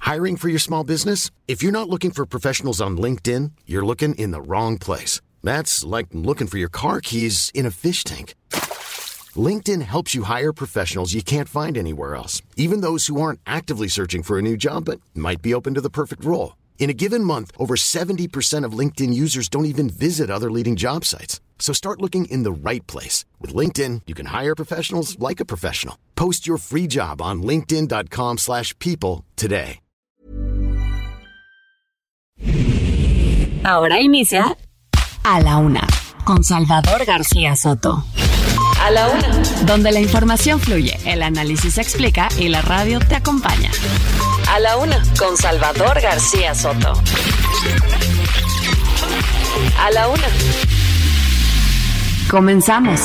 Hiring for your small business? If you're not looking for professionals on LinkedIn, you're looking in the wrong place. That's like looking for your car keys in a fish tank. LinkedIn helps you hire professionals you can't find anywhere else, even those who aren't actively searching for a new job but might be open to the perfect role. In a given month, over 70% of LinkedIn users don't even visit other leading job sites. So start looking in the right place. With LinkedIn, you can hire professionals like a professional. Post your free job on linkedin.com/people today. Ahora inicia A la Una, con Salvador García Soto. A la Una, donde la información fluye, el análisis se explica y la radio te acompaña. A la Una, con Salvador García Soto. A la Una. Comenzamos.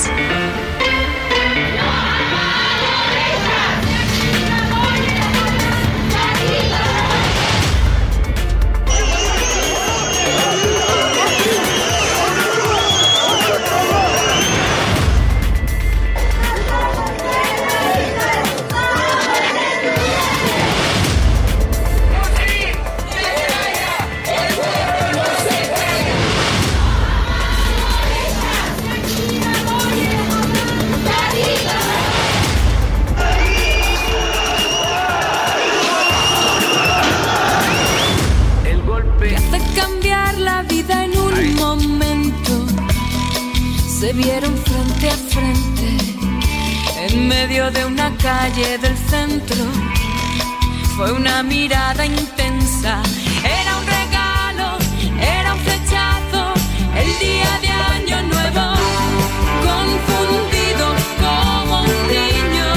Se vieron frente a frente en medio de una calle del centro. Fue una mirada intensa, era un regalo, era un flechazo, el día de Año Nuevo, confundido como un niño.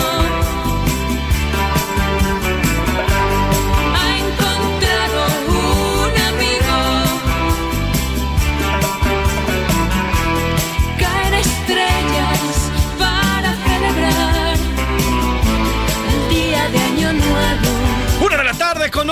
Ha encontrado un amigo. Estrellas para celebrar el día de Año Nuevo. 1 de la tarde con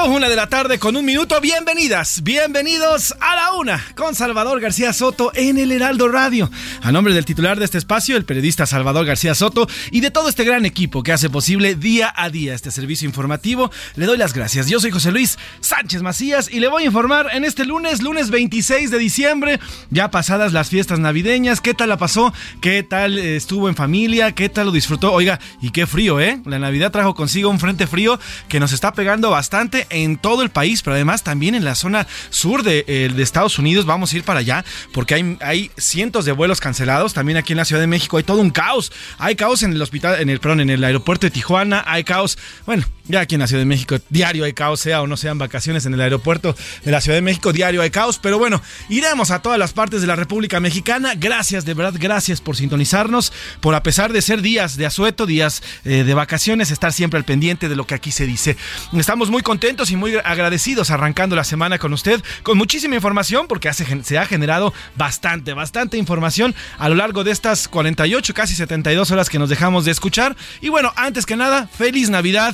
un minuto. Bienvenidos a La Una con Salvador García Soto en el Heraldo Radio. A nombre del titular de este espacio, el periodista Salvador García Soto, y de todo este gran equipo que hace posible día a día este servicio informativo, le doy las gracias. Yo soy José Luis Sánchez Macías y le voy a informar en este lunes 26 de diciembre, ya pasadas las fiestas navideñas. ¿Qué tal la pasó? ¿Qué tal estuvo en familia? ¿Qué tal lo disfrutó? Oiga, y qué frío, ¿eh? La Navidad trajo consigo un frente frío que nos está pegando bastante en todo el país, pero además también en la zona sur de Estados Unidos. Vamos a ir para allá porque hay cientos de vuelos cancelados. También aquí en la Ciudad de México hay todo un caos. Hay caos en el aeropuerto de Tijuana. Hay caos, bueno, ya aquí en la Ciudad de México diario hay caos, sea o no sean vacaciones en el aeropuerto de la Ciudad de México, diario hay caos. Pero bueno, iremos a todas las partes de la República Mexicana. Gracias, de verdad, gracias por sintonizarnos, por, a pesar de ser días de asueto, días de vacaciones, estar siempre al pendiente de lo que aquí se dice. Estamos muy contentos y muy agradecidos arrancando la semana con usted, con muchísima información, porque se ha generado bastante información a lo largo de estas 48, casi 72 horas que nos dejamos de escuchar. Y bueno, antes que nada, feliz Navidad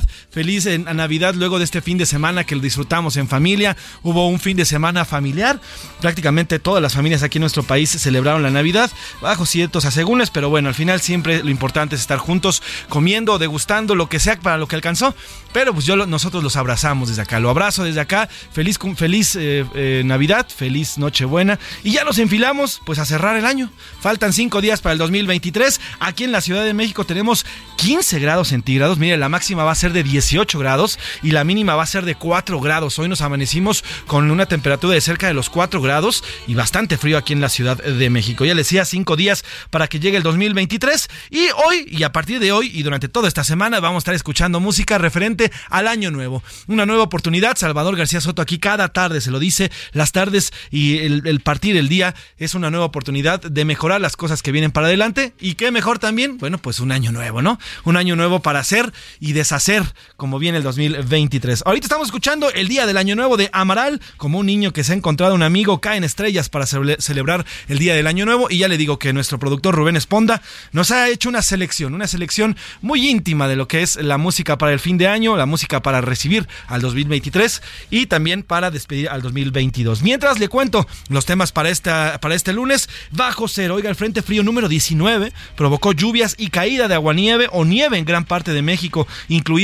luego de este fin de semana que lo disfrutamos en familia. Hubo un fin de semana familiar, prácticamente todas las familias aquí en nuestro país celebraron la Navidad, bajo ciertos asegúnes, pero bueno, al final siempre lo importante es estar juntos, comiendo, degustando, lo que sea para lo que alcanzó. Pero pues nosotros los abrazamos desde acá, lo abrazo desde acá. Feliz Navidad, feliz Nochebuena, y ya nos enfilamos pues a cerrar el año. Faltan 5 días para el 2023. Aquí en la Ciudad de México tenemos 15 grados centígrados. Mire, la máxima va a ser de 18 grados y la mínima va a ser de 4 grados. Hoy nos amanecimos con una temperatura de cerca de los 4 grados y bastante frío aquí en la Ciudad de México. Ya les decía, 5 días para que llegue el 2023, y hoy y a partir de hoy y durante toda esta semana vamos a estar escuchando música referente al Año Nuevo. Una nueva oportunidad. Salvador García Soto aquí cada tarde se lo dice. Las tardes y el partir el día es una nueva oportunidad de mejorar las cosas que vienen para adelante. Y qué mejor también, bueno, pues un año nuevo, ¿no? Un año nuevo para hacer y deshacer como viene el 2023. Ahorita estamos escuchando El Día del Año Nuevo de Amaral. Como un niño que se ha encontrado un amigo, caen estrellas para celebrar el Día del Año Nuevo. Y ya le digo que nuestro productor Rubén Esponda nos ha hecho una selección muy íntima de lo que es la música para el fin de año, la música para recibir al 2023 y también para despedir al 2022. Mientras le cuento los temas para este lunes. Bajo cero. Oiga, el frente frío número 19 provocó lluvias y caída de aguanieve o nieve en gran parte de México, incluida la capital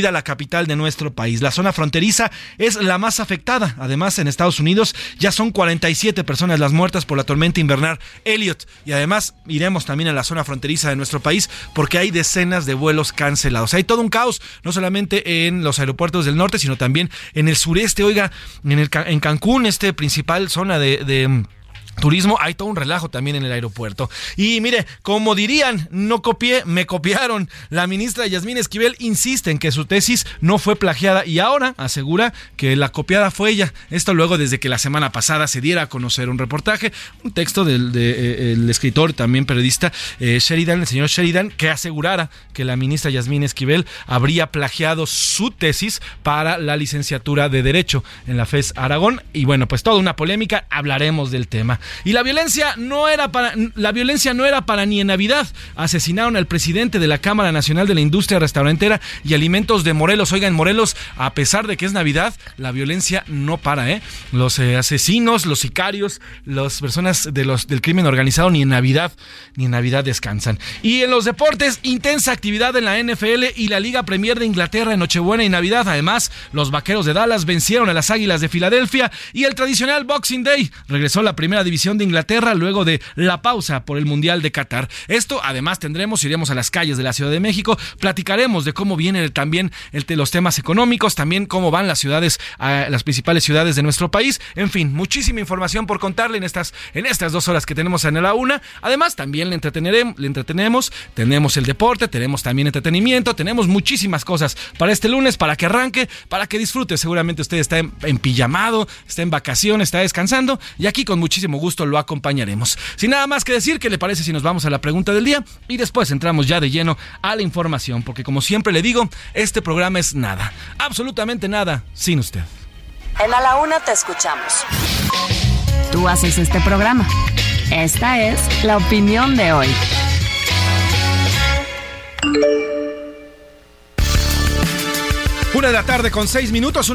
capital de nuestro país. La zona fronteriza es la más afectada. Además, en Estados Unidos ya son 47 personas las muertas por la tormenta invernal Elliot. Y además iremos también a la zona fronteriza de nuestro país porque hay decenas de vuelos cancelados. Hay todo un caos, no solamente en los aeropuertos del norte, sino también en el sureste. Oiga, en Cancún, principal zona de turismo, hay todo un relajo también en el aeropuerto. Y mire, como dirían, no copié, me copiaron. La ministra Yasmín Esquivel insiste en que su tesis no fue plagiada y ahora asegura que la copiada fue ella. Esto luego desde que la semana pasada se diera a conocer un reportaje, un texto del escritor, también periodista el señor Sheridan, que asegurara que la ministra Yasmín Esquivel habría plagiado su tesis para la licenciatura de Derecho en la FES Aragón. Y bueno, pues toda una polémica, hablaremos del tema. Y la violencia no era para ni en Navidad. Asesinaron al presidente de la Cámara Nacional de la Industria Restaurantera y Alimentos de Morelos. Oiga, en Morelos, a pesar de que es Navidad, la violencia no para, Los asesinos, los sicarios, las personas del crimen organizado ni en Navidad descansan. Y en los deportes, intensa actividad en la NFL y la Liga Premier de Inglaterra en Nochebuena y Navidad. Además, los Vaqueros de Dallas vencieron a las Águilas de Filadelfia y el tradicional Boxing Day regresó a la primera división de Inglaterra luego de la pausa por el Mundial de Qatar. Esto, además, iremos a las calles de la Ciudad de México, platicaremos de cómo vienen también los temas económicos, también cómo van las principales ciudades de nuestro país. En fin, muchísima información por contarle en estas 2 horas que tenemos en la una. Además, también le entretenemos, tenemos el deporte, tenemos también entretenimiento, tenemos muchísimas cosas para este lunes, para que arranque, para que disfrute. Seguramente usted está en pijamado, está en vacaciones, está descansando, y aquí con muchísimo gusto lo acompañaremos. Sin nada más que decir, ¿qué le parece si nos vamos a la pregunta del día? Y después entramos ya de lleno a la información, porque como siempre le digo, este programa es nada, absolutamente nada, sin usted. En A la Una te escuchamos. Tú haces este programa. Esta es la opinión de hoy. 1 de la tarde con 6 minutos.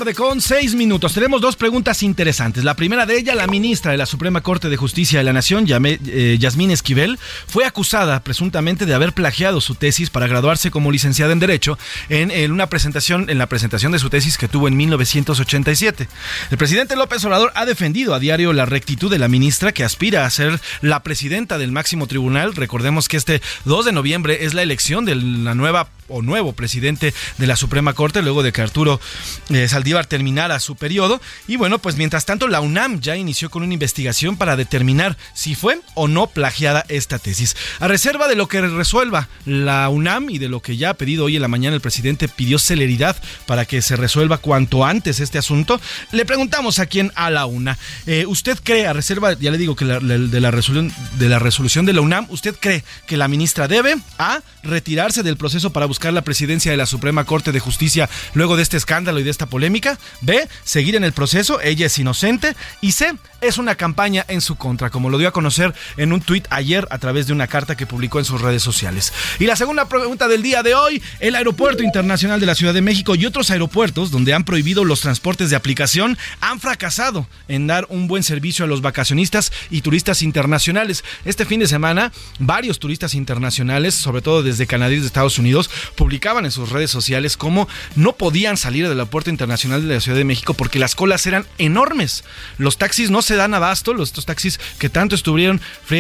Tenemos 2 preguntas interesantes. La primera de ellas, la ministra de la Suprema Corte de Justicia de la Nación, Yasmín Esquivel, fue acusada presuntamente de haber plagiado su tesis para graduarse como licenciada en Derecho en la presentación de su tesis que tuvo en 1987. El presidente López Obrador ha defendido a diario la rectitud de la ministra, que aspira a ser la presidenta del máximo tribunal. Recordemos que este 2 de noviembre es la elección de la nuevo presidente de la Suprema Corte, luego de que Arturo Saldívar terminara su periodo. Y bueno, pues mientras tanto, la UNAM ya inició con una investigación para determinar si fue o no plagiada esta tesis. A reserva de lo que resuelva la UNAM y de lo que ya ha pedido hoy en la mañana, el presidente pidió celeridad para que se resuelva cuanto antes este asunto. Le preguntamos aquí en A la Una, ¿usted cree, a reserva, ya le digo que de la resolución de la UNAM, ¿usted cree que la ministra debe A, retirarse del proceso para buscar la presidencia de la Suprema Corte de Justicia luego de este escándalo y de esta polémica? B, seguir en el proceso, ella es inocente. Y C, es una campaña en su contra, como lo dio a conocer en un tuit ayer a través de una carta que publicó en sus redes sociales. Y la segunda pregunta del día de hoy, el Aeropuerto Internacional de la Ciudad de México y otros aeropuertos donde han prohibido los transportes de aplicación han fracasado en dar un buen servicio a los vacacionistas y turistas internacionales. Este fin de semana, varios turistas internacionales, sobre todo desde Canadá y de Estados Unidos, publicaban en sus redes sociales cómo no podían salir del Aeropuerto Internacional de la Ciudad de México porque las colas eran enormes. Los taxis no se dan abasto, estos taxis que tanto estuvieron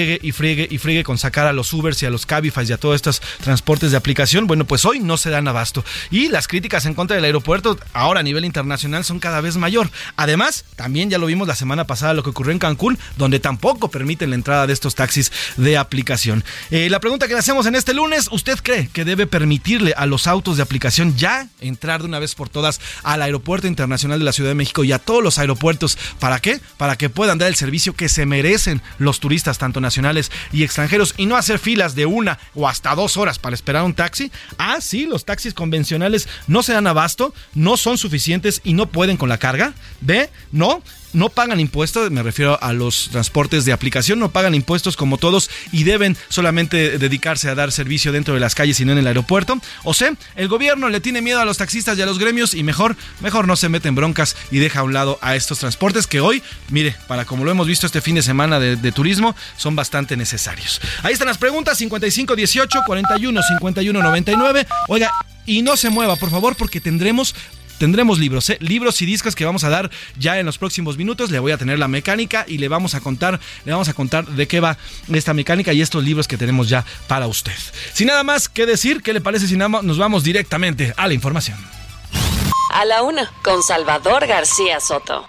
friegue con sacar a los Ubers y a los Cabify y a todos estos transportes de aplicación. Bueno, pues hoy no se dan abasto. Y las críticas en contra del aeropuerto ahora a nivel internacional son cada vez mayor. Además, también ya lo vimos la semana pasada lo que ocurrió en Cancún, donde tampoco permiten la entrada de estos taxis de aplicación. La pregunta que le hacemos en este lunes, ¿usted cree que debe permitirle a los autos de aplicación ya entrar de una vez por todas al Aeropuerto Internacional de la Ciudad de México y a todos los aeropuertos? ¿Para qué? Para que puedan dar el servicio que se merecen los turistas, tanto nacionales y extranjeros, y no hacer filas de 1 o hasta 2 horas para esperar un taxi. Ah, sí, los taxis convencionales no se dan abasto, no son suficientes y no pueden con la carga. B, no. no pagan impuestos, me refiero a los transportes de aplicación, no pagan impuestos como todos y deben solamente dedicarse a dar servicio dentro de las calles y no en el aeropuerto. O sea, el gobierno le tiene miedo a los taxistas y a los gremios y mejor no se mete en broncas y deja a un lado a estos transportes que hoy, mire, para como lo hemos visto este fin de semana de turismo, son bastante necesarios. Ahí están las preguntas, 55 18 41 51 99. Oiga, y no se mueva, por favor, porque tendremos libros y discos que vamos a dar ya en los próximos minutos. Le voy a tener la mecánica y le vamos a contar de qué va esta mecánica y estos libros que tenemos ya para usted. Sin nada más que decir, ¿qué le parece si nos vamos directamente a la información? A la una, con Salvador García Soto.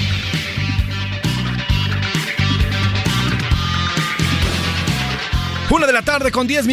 1 de la tarde con 10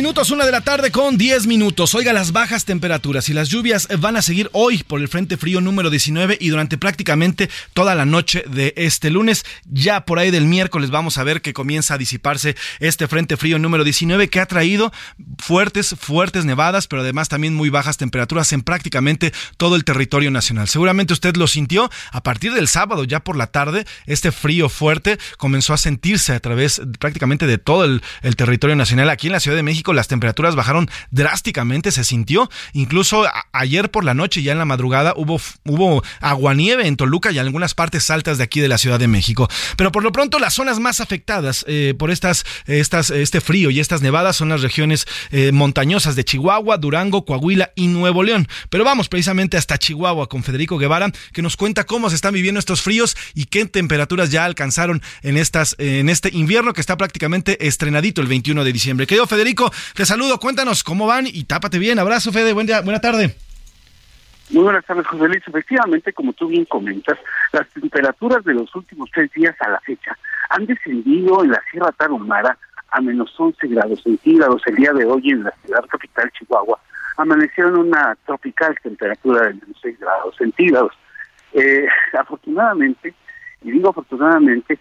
minutos. Oiga, las bajas temperaturas y las lluvias van a seguir hoy por el Frente Frío número 19 y durante prácticamente toda la noche de este lunes. Ya por ahí del miércoles vamos a ver que comienza a disiparse este Frente Frío número 19 que ha traído fuertes nevadas, pero además también muy bajas temperaturas en prácticamente todo el territorio nacional. Seguramente usted lo sintió a partir del sábado, ya por la tarde, este frío fuerte comenzó a sentirse a través prácticamente de todo el territorio nacional. Aquí en la Ciudad de México las temperaturas bajaron drásticamente, se sintió, incluso ayer por la noche, ya en la madrugada, hubo aguanieve en Toluca y en algunas partes altas de aquí de la Ciudad de México. Pero por lo pronto las zonas más afectadas por este frío y estas nevadas son las regiones montañosas de Chihuahua, Durango, Coahuila y Nuevo León. Pero vamos precisamente hasta Chihuahua con Federico Guevara, que nos cuenta cómo se están viviendo estos fríos y qué temperaturas ya alcanzaron en este invierno que está prácticamente estrenadito el 21 de diciembre. Querido Federico, te saludo, cuéntanos cómo van y tápate bien. Abrazo, Fede, buena tarde. Muy buenas tardes, José Luis. Efectivamente, como tú bien comentas, las temperaturas de los últimos 3 días a la fecha han descendido en la Sierra Tarahumara a menos 11 grados centígrados. El día de hoy en la ciudad capital, Chihuahua, amanecieron una tropical temperatura de menos 6 grados centígrados. Afortunadamente, y digo afortunadamente,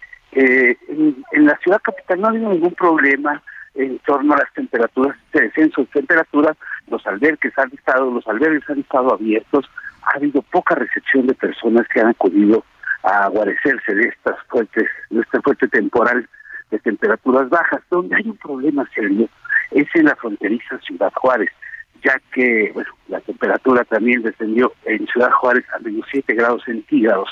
en la ciudad capital no ha habido ningún problema en torno a las temperaturas, este descenso de temperatura. Los albergues han estado abiertos, ha habido poca recepción de personas que han acudido a guarecerse de este fuerte temporal de temperaturas bajas. Donde hay un problema serio es en la fronteriza Ciudad Juárez, ya que la temperatura también descendió en Ciudad Juárez a menos 7 grados centígrados.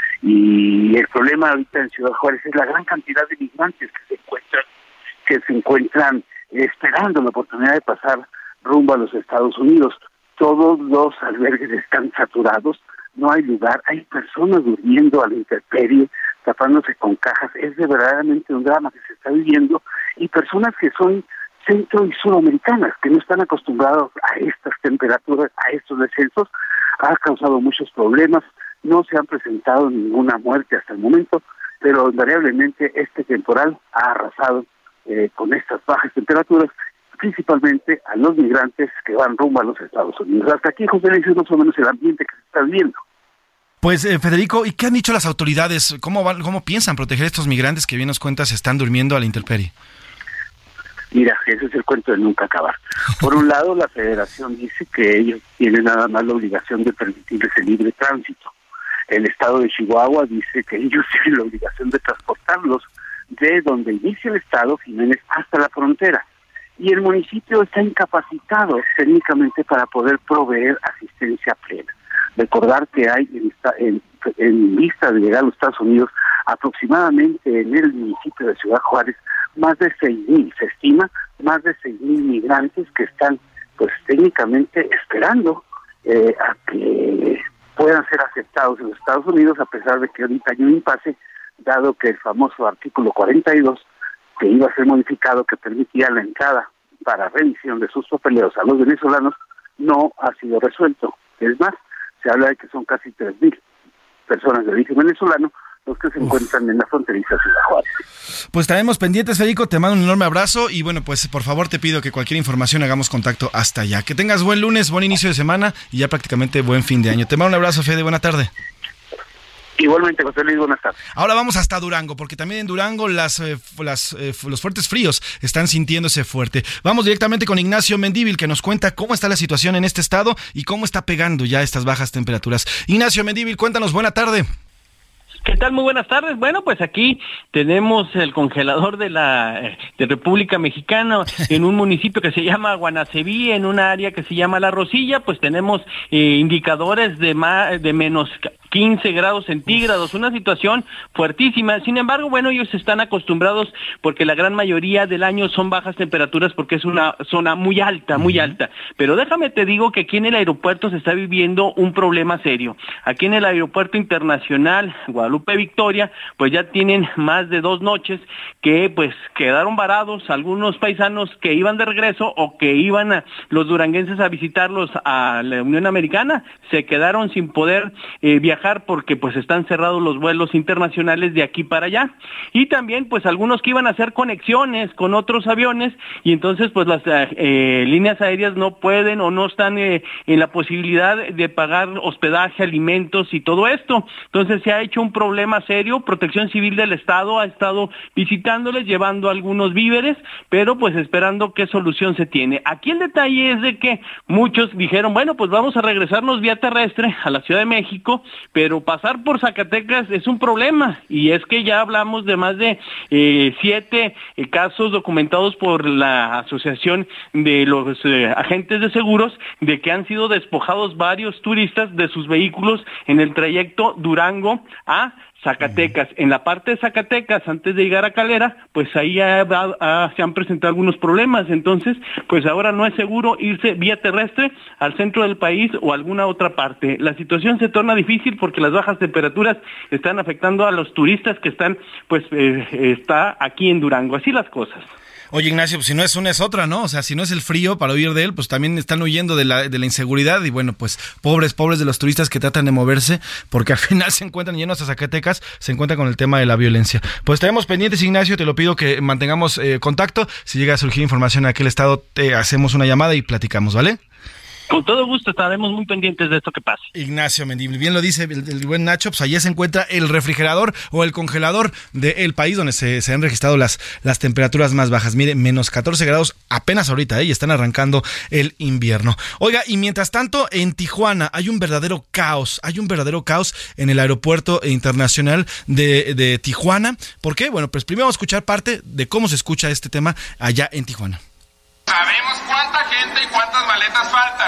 Y el problema ahorita en Ciudad Juárez es la gran cantidad de migrantes que se encuentran esperando la oportunidad de pasar rumbo a los Estados Unidos. Todos los albergues están saturados, no hay lugar, hay personas durmiendo a la intemperie, tapándose con cajas. Es verdaderamente un drama que se está viviendo, y personas que son centro y sudamericanas, que no están acostumbrados a estas temperaturas, a estos descensos, ha causado muchos problemas. No se han presentado ninguna muerte hasta el momento, pero invariablemente este temporal ha arrasado con estas bajas temperaturas, principalmente a los migrantes que van rumbo a los Estados Unidos. Hasta aquí, José Luis, es más o menos el ambiente que se está viviendo. Pues, Federico, ¿y qué han dicho las autoridades? ¿Cómo piensan proteger a estos migrantes que bien nos cuentas están durmiendo a la intemperie? Mira, ese es el cuento de nunca acabar. Por un lado, la Federación dice que ellos tienen nada más la obligación de permitirles el libre tránsito. El estado de Chihuahua dice que ellos tienen la obligación de transportarlos de donde inicia el estado, Jiménez, hasta la frontera. Y el municipio está incapacitado técnicamente para poder proveer asistencia plena. Recordar que hay en vista de llegar a los Estados Unidos, aproximadamente en el municipio de Ciudad Juárez, más de 6,000, se estima, más de 6,000 migrantes que están, pues, técnicamente esperando a que puedan ser aceptados en los Estados Unidos, a pesar de que ahorita hay un impasse, dado que el famoso artículo 42, que iba a ser modificado, que permitía la entrada para revisión de sus papeleos a los venezolanos, no ha sido resuelto. Es más, se habla de que son casi 3,000 personas de origen venezolano los que se encuentran en la fronteriza Ciudad Juárez. Pues estaremos pendientes, Federico, te mando un enorme abrazo y bueno, pues por favor te pido que cualquier información hagamos contacto hasta allá. Que tengas buen lunes, buen inicio de semana y ya prácticamente buen fin de año. Te mando un abrazo, Fede, buena tarde. Igualmente, José Luis, buenas tardes. Ahora vamos hasta Durango, porque también en Durango los fuertes fríos están sintiéndose fuerte. Vamos directamente con Ignacio Mendívil, que nos cuenta cómo está la situación en este estado y cómo está pegando ya estas bajas temperaturas. Ignacio Mendívil, cuéntanos, buena tarde. ¿Qué tal? Muy buenas tardes. Bueno, pues aquí tenemos el congelador de República Mexicana en un municipio que se llama Guanaceví, en un área que se llama La Rosilla, pues tenemos indicadores de menos 15 grados centígrados, una situación fuertísima. Sin embargo, bueno, ellos están acostumbrados porque la gran mayoría del año son bajas temperaturas porque es una zona muy alta, muy alta. Pero déjame te digo que aquí en el aeropuerto se está viviendo un problema serio. Aquí en el aeropuerto internacional Guadalupe Victoria, pues ya tienen más de 2 noches que pues quedaron varados algunos paisanos que iban de regreso o que iban los duranguenses a visitarlos a la Unión Americana, se quedaron sin poder viajar porque pues están cerrados los vuelos internacionales de aquí para allá. Y también pues algunos que iban a hacer conexiones con otros aviones y entonces pues las líneas aéreas no pueden o no están en la posibilidad de pagar hospedaje, alimentos y todo esto. Entonces se ha hecho un problema serio. Protección Civil del Estado ha estado visitándoles, llevando algunos víveres, pero pues esperando qué solución se tiene. Aquí el detalle es de que muchos dijeron, bueno, pues vamos a regresarnos vía terrestre a la Ciudad de México, pero pasar por Zacatecas es un problema, y es que ya hablamos de más de 7 casos documentados por la Asociación de los Agentes de Seguros, de que han sido despojados varios turistas de sus vehículos en el trayecto Durango a Zacatecas. En la parte de Zacatecas, antes de llegar a Calera, pues ahí se han presentado algunos problemas. Entonces, pues ahora no es seguro irse vía terrestre al centro del país o a alguna otra parte. La situación se torna difícil porque las bajas temperaturas están afectando a los turistas que están, pues, está aquí en Durango. Así las cosas. Oye, Ignacio, pues si no es una es otra, ¿no? O sea, si no es el frío para huir de él, pues también están huyendo de la inseguridad y bueno, pues pobres de los turistas que tratan de moverse porque al final se encuentran llenos a Zacatecas, se encuentran con el tema de la violencia. Pues estaremos pendientes, Ignacio, te lo pido que mantengamos contacto. Si llega a surgir información en aquel estado, te hacemos una llamada y platicamos, ¿vale? Con todo gusto, estaremos muy pendientes de esto que pase. Ignacio Mendívil, bien lo dice el buen Nacho, pues allí se encuentra el refrigerador o el congelador del país donde se han registrado las temperaturas más bajas. Mire, menos 14 grados apenas ahorita, y están arrancando el invierno. Oiga, y mientras tanto, en Tijuana hay un verdadero caos en el aeropuerto internacional de Tijuana. ¿Por qué? Bueno, pues primero vamos a escuchar parte de cómo se escucha este tema allá en Tijuana. ¿Sabemos cuánta gente y cuántas maletas faltan?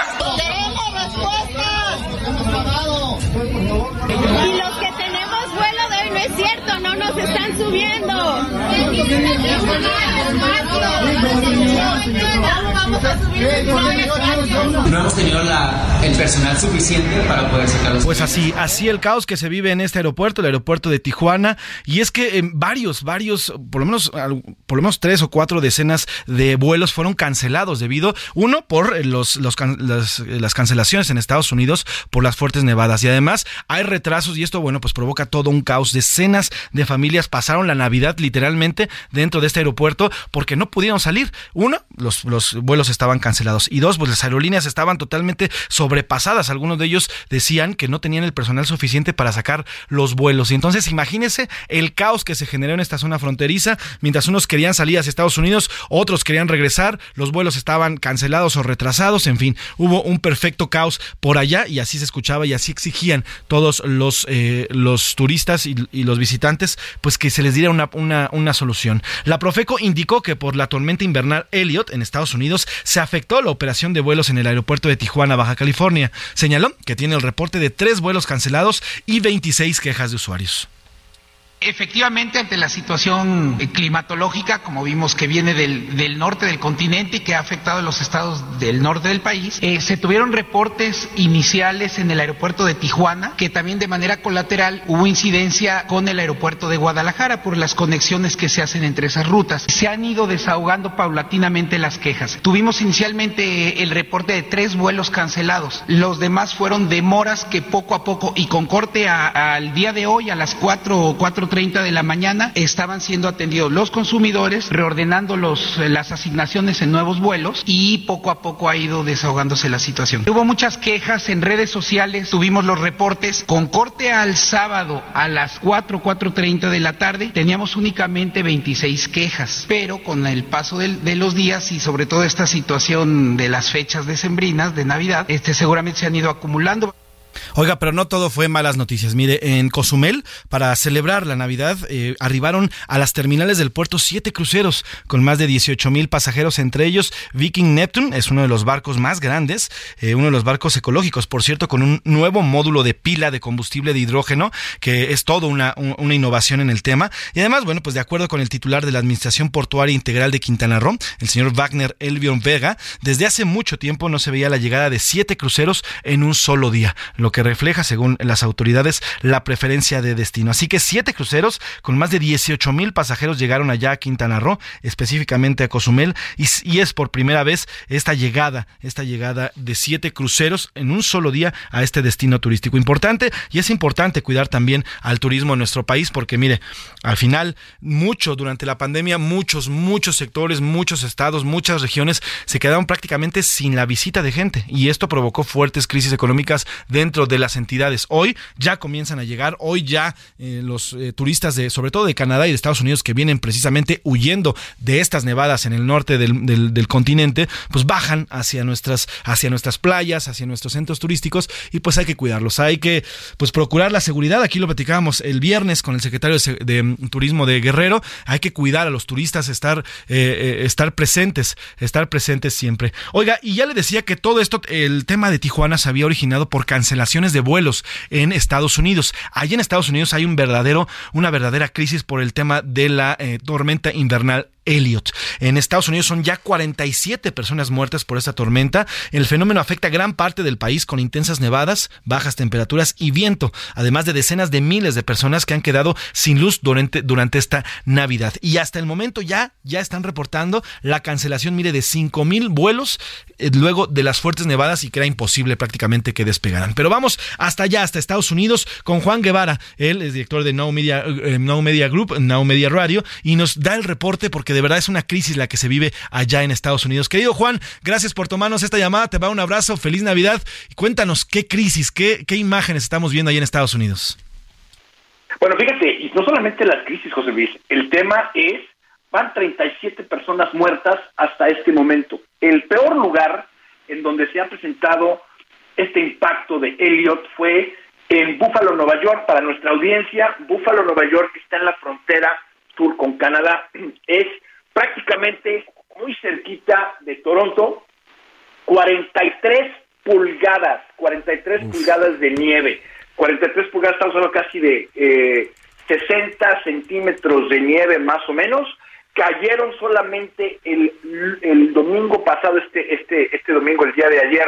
¡Tenemos respuesta! Y los que tenemos vuelo de hoy no es cierto, no nos están subiendo. No hemos tenido el personal suficiente para poder sacarlos. Pues así el caos que se vive en este aeropuerto, el aeropuerto de Tijuana, y es que varios, por lo menos 3 o 4 decenas de vuelos fueron cancelados debido, uno, por las cancelaciones en Estados Unidos por las fuertes nevadas, y además hay retrasos, y esto, bueno, pues provoca todo un caos. Decenas de familias pasaron la Navidad literalmente dentro de este aeropuerto porque no pudieron salir. Uno, los vuelos estaban cancelados, y dos, pues las aerolíneas estaban totalmente sobrepasadas. Algunos de ellos decían que no tenían el personal suficiente para sacar los vuelos, y entonces imagínense el caos que se generó en esta zona fronteriza. Mientras unos querían salir hacia Estados Unidos, otros querían regresar, los vuelos estaban cancelados o retrasados, en fin, hubo un perfecto caos por allá, y así se escuchaba y así exigían todos los turistas y los visitantes, pues que se les diera una solución. La Profeco indicó que por la tormenta invernal Elliot en Estados Unidos se afectó la operación de vuelos en el aeropuerto de Tijuana, Baja California. Señaló que tiene el reporte de 3 vuelos cancelados y 26 quejas de usuarios. Efectivamente, ante la situación climatológica, como vimos que viene del norte del continente y que ha afectado a los estados del norte del país, se tuvieron reportes iniciales en el aeropuerto de Tijuana, que también de manera colateral hubo incidencia con el aeropuerto de Guadalajara por las conexiones que se hacen entre esas rutas. Se han ido desahogando paulatinamente las quejas. Tuvimos inicialmente el reporte de 3 vuelos cancelados. Los demás fueron demoras que poco a poco, y con corte al día de hoy a las 4:30 de la mañana, estaban siendo atendidos los consumidores, reordenando las asignaciones en nuevos vuelos, y poco a poco ha ido desahogándose la situación. Hubo muchas quejas en redes sociales, tuvimos los reportes. Con corte al sábado a las 4:30 de la tarde, teníamos únicamente 26 quejas, pero con el paso de los días y sobre todo esta situación de las fechas decembrinas de Navidad, seguramente se han ido acumulando. Oiga, pero no todo fue malas noticias. Mire, en Cozumel, para celebrar la Navidad, arribaron a las terminales del puerto 7 cruceros con más de 18,000 pasajeros, entre ellos Viking Neptune, es uno de los barcos más grandes, uno de los barcos ecológicos, por cierto, con un nuevo módulo de pila de combustible de hidrógeno, que es todo una innovación en el tema. Y además, bueno, pues de acuerdo con el titular de la Administración Portuaria Integral de Quintana Roo, el señor Wagner Elvion Vega, desde hace mucho tiempo no se veía la llegada de 7 cruceros en un solo día, lo que refleja, según las autoridades, la preferencia de destino. Así que 7 cruceros con más de 18,000 pasajeros llegaron allá a Quintana Roo, específicamente a Cozumel, y es por primera vez esta llegada de 7 cruceros en un solo día a este destino turístico importante. Y es importante cuidar también al turismo en nuestro país, porque mire, al final, durante la pandemia, muchos sectores, muchos estados, muchas regiones se quedaron prácticamente sin la visita de gente, y esto provocó fuertes crisis económicas dentro de las entidades. Hoy ya comienzan a llegar, los turistas sobre todo de Canadá y de Estados Unidos, que vienen precisamente huyendo de estas nevadas en el norte del continente, pues bajan hacia nuestras playas, hacia nuestros centros turísticos, y pues hay que cuidarlos, hay que pues procurar la seguridad. Aquí lo platicábamos el viernes con el secretario de Turismo de Guerrero. Hay que cuidar a los turistas, estar presentes siempre. Oiga, y ya le decía que todo esto, el tema de Tijuana, se había originado por cancelaciones de vuelos en Estados Unidos. Allí en Estados Unidos hay una verdadera crisis por el tema de la tormenta invernal Elliot. En Estados Unidos son ya 47 personas muertas por esta tormenta. El fenómeno afecta a gran parte del país con intensas nevadas, bajas temperaturas y viento, además de decenas de miles de personas que han quedado sin luz durante esta Navidad. Y hasta el momento ya están reportando la cancelación, de 5,000 vuelos luego de las fuertes nevadas, y que era imposible prácticamente que despegaran. Pero vamos hasta allá, hasta Estados Unidos, con Juan Guevara. Él es director de Now Media Group, Now Media Radio, y nos da el reporte, porque de verdad es una crisis la que se vive allá en Estados Unidos. Querido Juan, gracias por tomarnos esta llamada, te va un abrazo, feliz Navidad, y cuéntanos qué crisis, qué imágenes estamos viendo allá en Estados Unidos. Bueno, fíjate, y no solamente las crisis, José Luis, el tema es, van 37 personas muertas hasta este momento. El peor lugar en donde se ha presentado este impacto de Elliot fue en Buffalo, Nueva York. Para nuestra audiencia, Buffalo, Nueva York, que está en la frontera sur con Canadá, es prácticamente muy cerquita de Toronto. 43 pulgadas de nieve. 43 pulgadas, estamos hablando casi de 60 centímetros de nieve más o menos. Cayeron solamente el domingo pasado, este domingo, el día de ayer,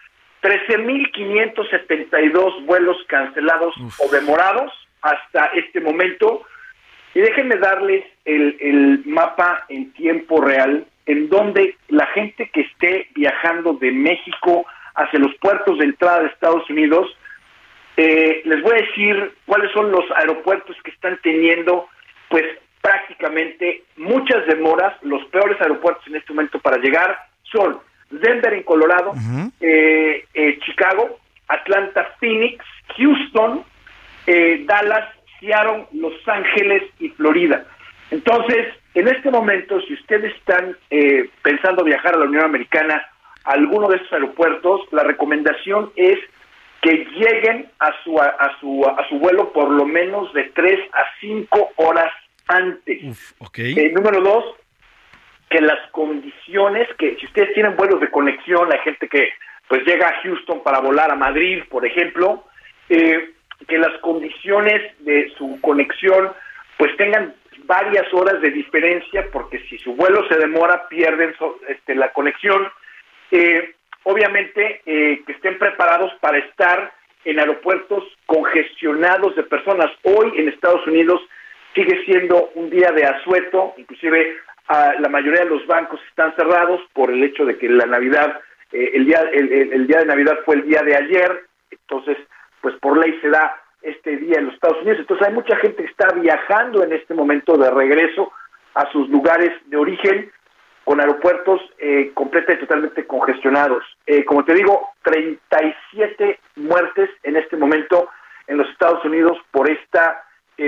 13,572 vuelos cancelados o demorados hasta este momento. Y déjenme darles el mapa en tiempo real, en donde la gente que esté viajando de México hacia los puertos de entrada de Estados Unidos, les voy a decir cuáles son los aeropuertos que están teniendo, pues, prácticamente muchas demoras. Los peores aeropuertos en este momento para llegar son Denver en Colorado, Chicago, Atlanta, Phoenix, Houston, Dallas, Seattle, Los Ángeles y Florida. Entonces, en este momento, si ustedes están pensando viajar a la Unión Americana, a alguno de estos aeropuertos, la recomendación es que lleguen a su vuelo por lo menos de 3 a 5 horas antes. Número 2, que las condiciones, que si ustedes tienen vuelos de conexión, hay gente que pues llega a Houston para volar a Madrid, por ejemplo, que las condiciones de su conexión pues tengan varias horas de diferencia, porque si su vuelo se demora pierden la conexión. Obviamente que estén preparados para estar en aeropuertos congestionados de personas. Hoy en Estados Unidos sigue siendo un día de asueto, inclusive la mayoría de los bancos están cerrados por el hecho de que la Navidad, el día de Navidad fue el día de ayer, entonces pues por ley se da este día en los Estados Unidos. Entonces hay mucha gente que está viajando en este momento de regreso a sus lugares de origen, con aeropuertos completa y totalmente congestionados. Como te digo, 37 muertes en este momento en los Estados Unidos por esta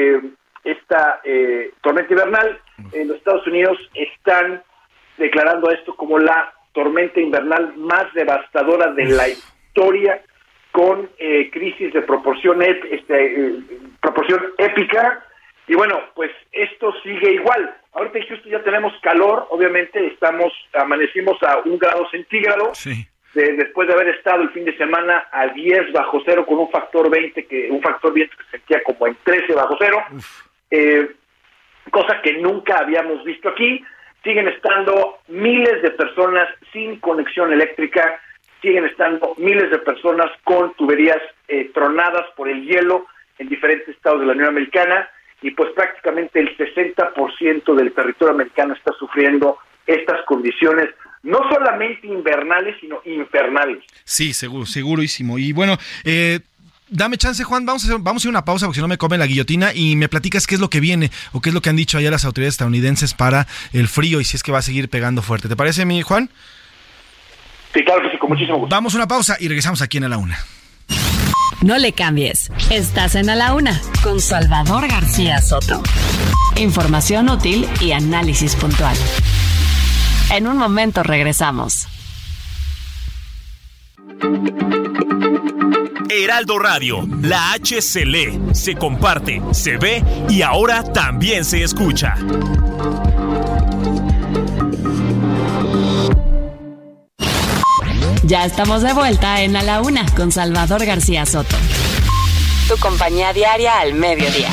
tormenta invernal. En los Estados Unidos están declarando esto como la tormenta invernal más devastadora de la historia con crisis de proporción épica, y bueno, pues esto sigue igual. Ahorita en Houston ya tenemos calor, obviamente amanecimos a 1 grado centígrado, sí. Después de haber estado el fin de semana a 10 bajo cero con un factor viento que se sentía como en 13 bajo cero, cosa que nunca habíamos visto aquí. Siguen estando miles de personas sin conexión eléctrica, siguen estando miles de personas con tuberías tronadas por el hielo en diferentes estados de la Unión Americana, y pues prácticamente el 60% del territorio americano está sufriendo estas condiciones, no solamente invernales, sino infernales. Sí, segurísimo. Y bueno, dame chance, Juan, vamos a hacer una pausa porque si no me come la guillotina, y me platicas qué es lo que viene o qué es lo que han dicho allá las autoridades estadounidenses para el frío y si es que va a seguir pegando fuerte. ¿Te parece, mi Juan? Sí, claro que sí, con muchísimo gusto. Vamos a una pausa y regresamos aquí en A la Una. No le cambies. Estás en A la Una con Salvador García Soto. Información útil y análisis puntual. En un momento regresamos. Heraldo Radio, la H se lee, se comparte, se ve y ahora también se escucha. Ya estamos de vuelta en A la Una con Salvador García Soto. Tu compañía diaria al mediodía.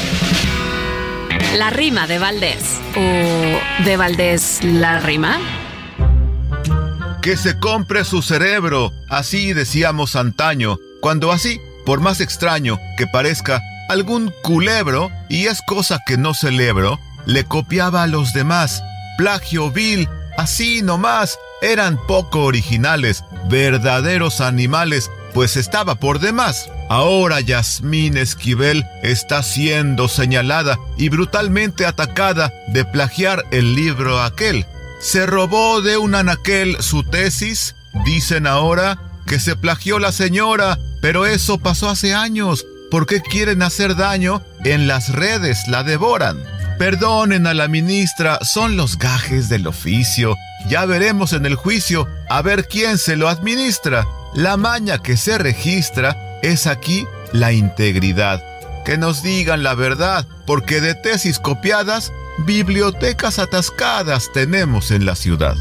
La rima de Valdés. ¿O de Valdés la rima? Que se compre su cerebro, así decíamos antaño, cuando así, por más extraño que parezca, algún culebro, y es cosa que no celebro, le copiaba a los demás. Plagio vil, así nomás, eran poco originales, verdaderos animales, pues estaba por demás. Ahora Yasmín Esquivel está siendo señalada y brutalmente atacada de plagiar el libro aquel. Se robó de un anaquel su tesis, dicen ahora que se plagió la señora, pero eso pasó hace años. ¿Por qué quieren hacer daño? En las redes la devoran. Perdonen a la ministra, son los gajes del oficio. Ya veremos en el juicio a ver quién se lo administra. La maña que se registra es aquí la integridad. Que nos digan la verdad, porque de tesis copiadas, bibliotecas atascadas tenemos en la ciudad.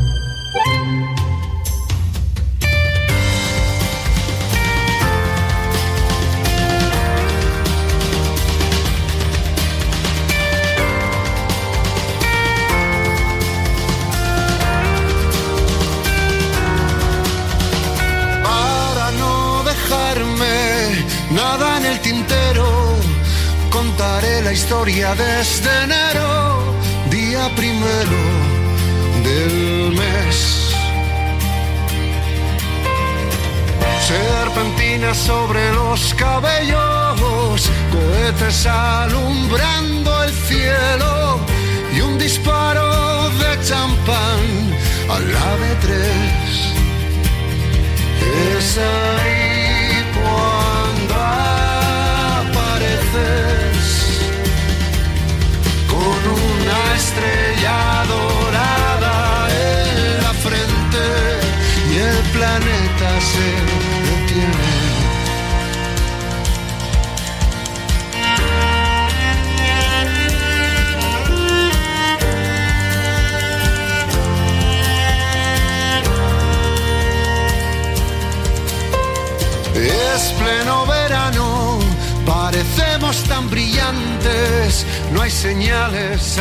Nada en el tintero, contaré la historia desde enero, día primero del mes. Serpentinas sobre los cabellos, cohetes alumbrando el cielo y un disparo de champán a la de 3. Es ahí cuando apareces con una estrella dorada en la frente y el planeta se detiene. Es pleno verano, parecemos tan brillantes, no hay señales.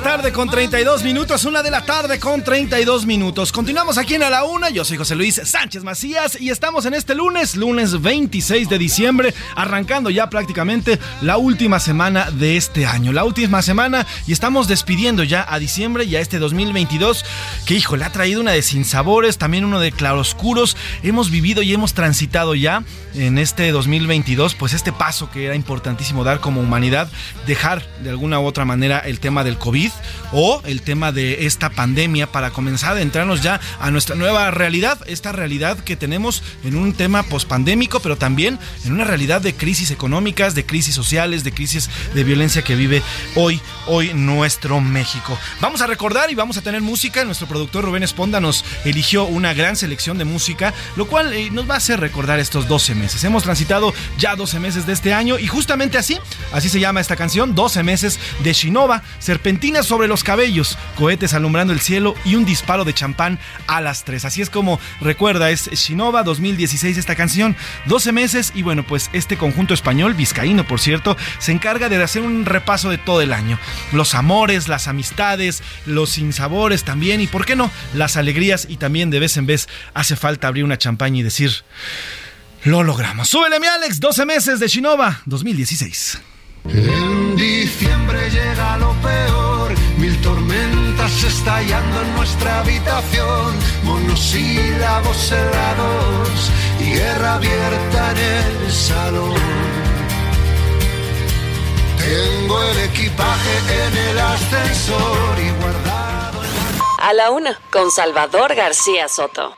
1:32 minutos. Continuamos aquí en A la Una. Yo soy José Luis Sánchez Macías y estamos en este lunes 26 de diciembre, arrancando ya prácticamente la última semana de este año. La última semana y estamos despidiendo ya a diciembre y a este 2022 que, híjole, ha traído una de sinsabores, también uno de claroscuros. Hemos vivido y hemos transitado ya en este 2022, pues este paso que era importantísimo dar como humanidad, dejar de alguna u otra manera el tema del COVID o el tema de esta pandemia para comenzar a adentrarnos ya a nuestra nueva realidad, esta realidad que tenemos en un tema pospandémico, pero también en una realidad de crisis económicas, de crisis sociales, de crisis de violencia que vive hoy nuestro México. Vamos a recordar y vamos a tener música. Nuestro productor Rubén Esponda nos eligió una gran selección de música, lo cual nos va a hacer recordar estos 12 meses. Hemos transitado ya 12 meses de este año y justamente así se llama esta canción, 12 meses de Shinova, serpentinas sobre los cabellos, cohetes alumbrando el cielo y un disparo de champán a las 3. Así es como recuerda, es Shinova 2016 esta canción, 12 meses y bueno, pues este conjunto español, vizcaíno por cierto, se encarga de hacer un repaso de todo el año. Los amores, las amistades, los sinsabores también y por qué no, las alegrías y también de vez en vez hace falta abrir una champaña y decir, lo logramos. Súbele mi Alex, 12 meses de Shinova 2016. En diciembre llega lo peor, 1000 tormentas estallando en nuestra habitación, monosílabos helados y guerra abierta en el salón. Tengo el equipaje en el ascensor y guardado en la... A la una, con Salvador García Soto.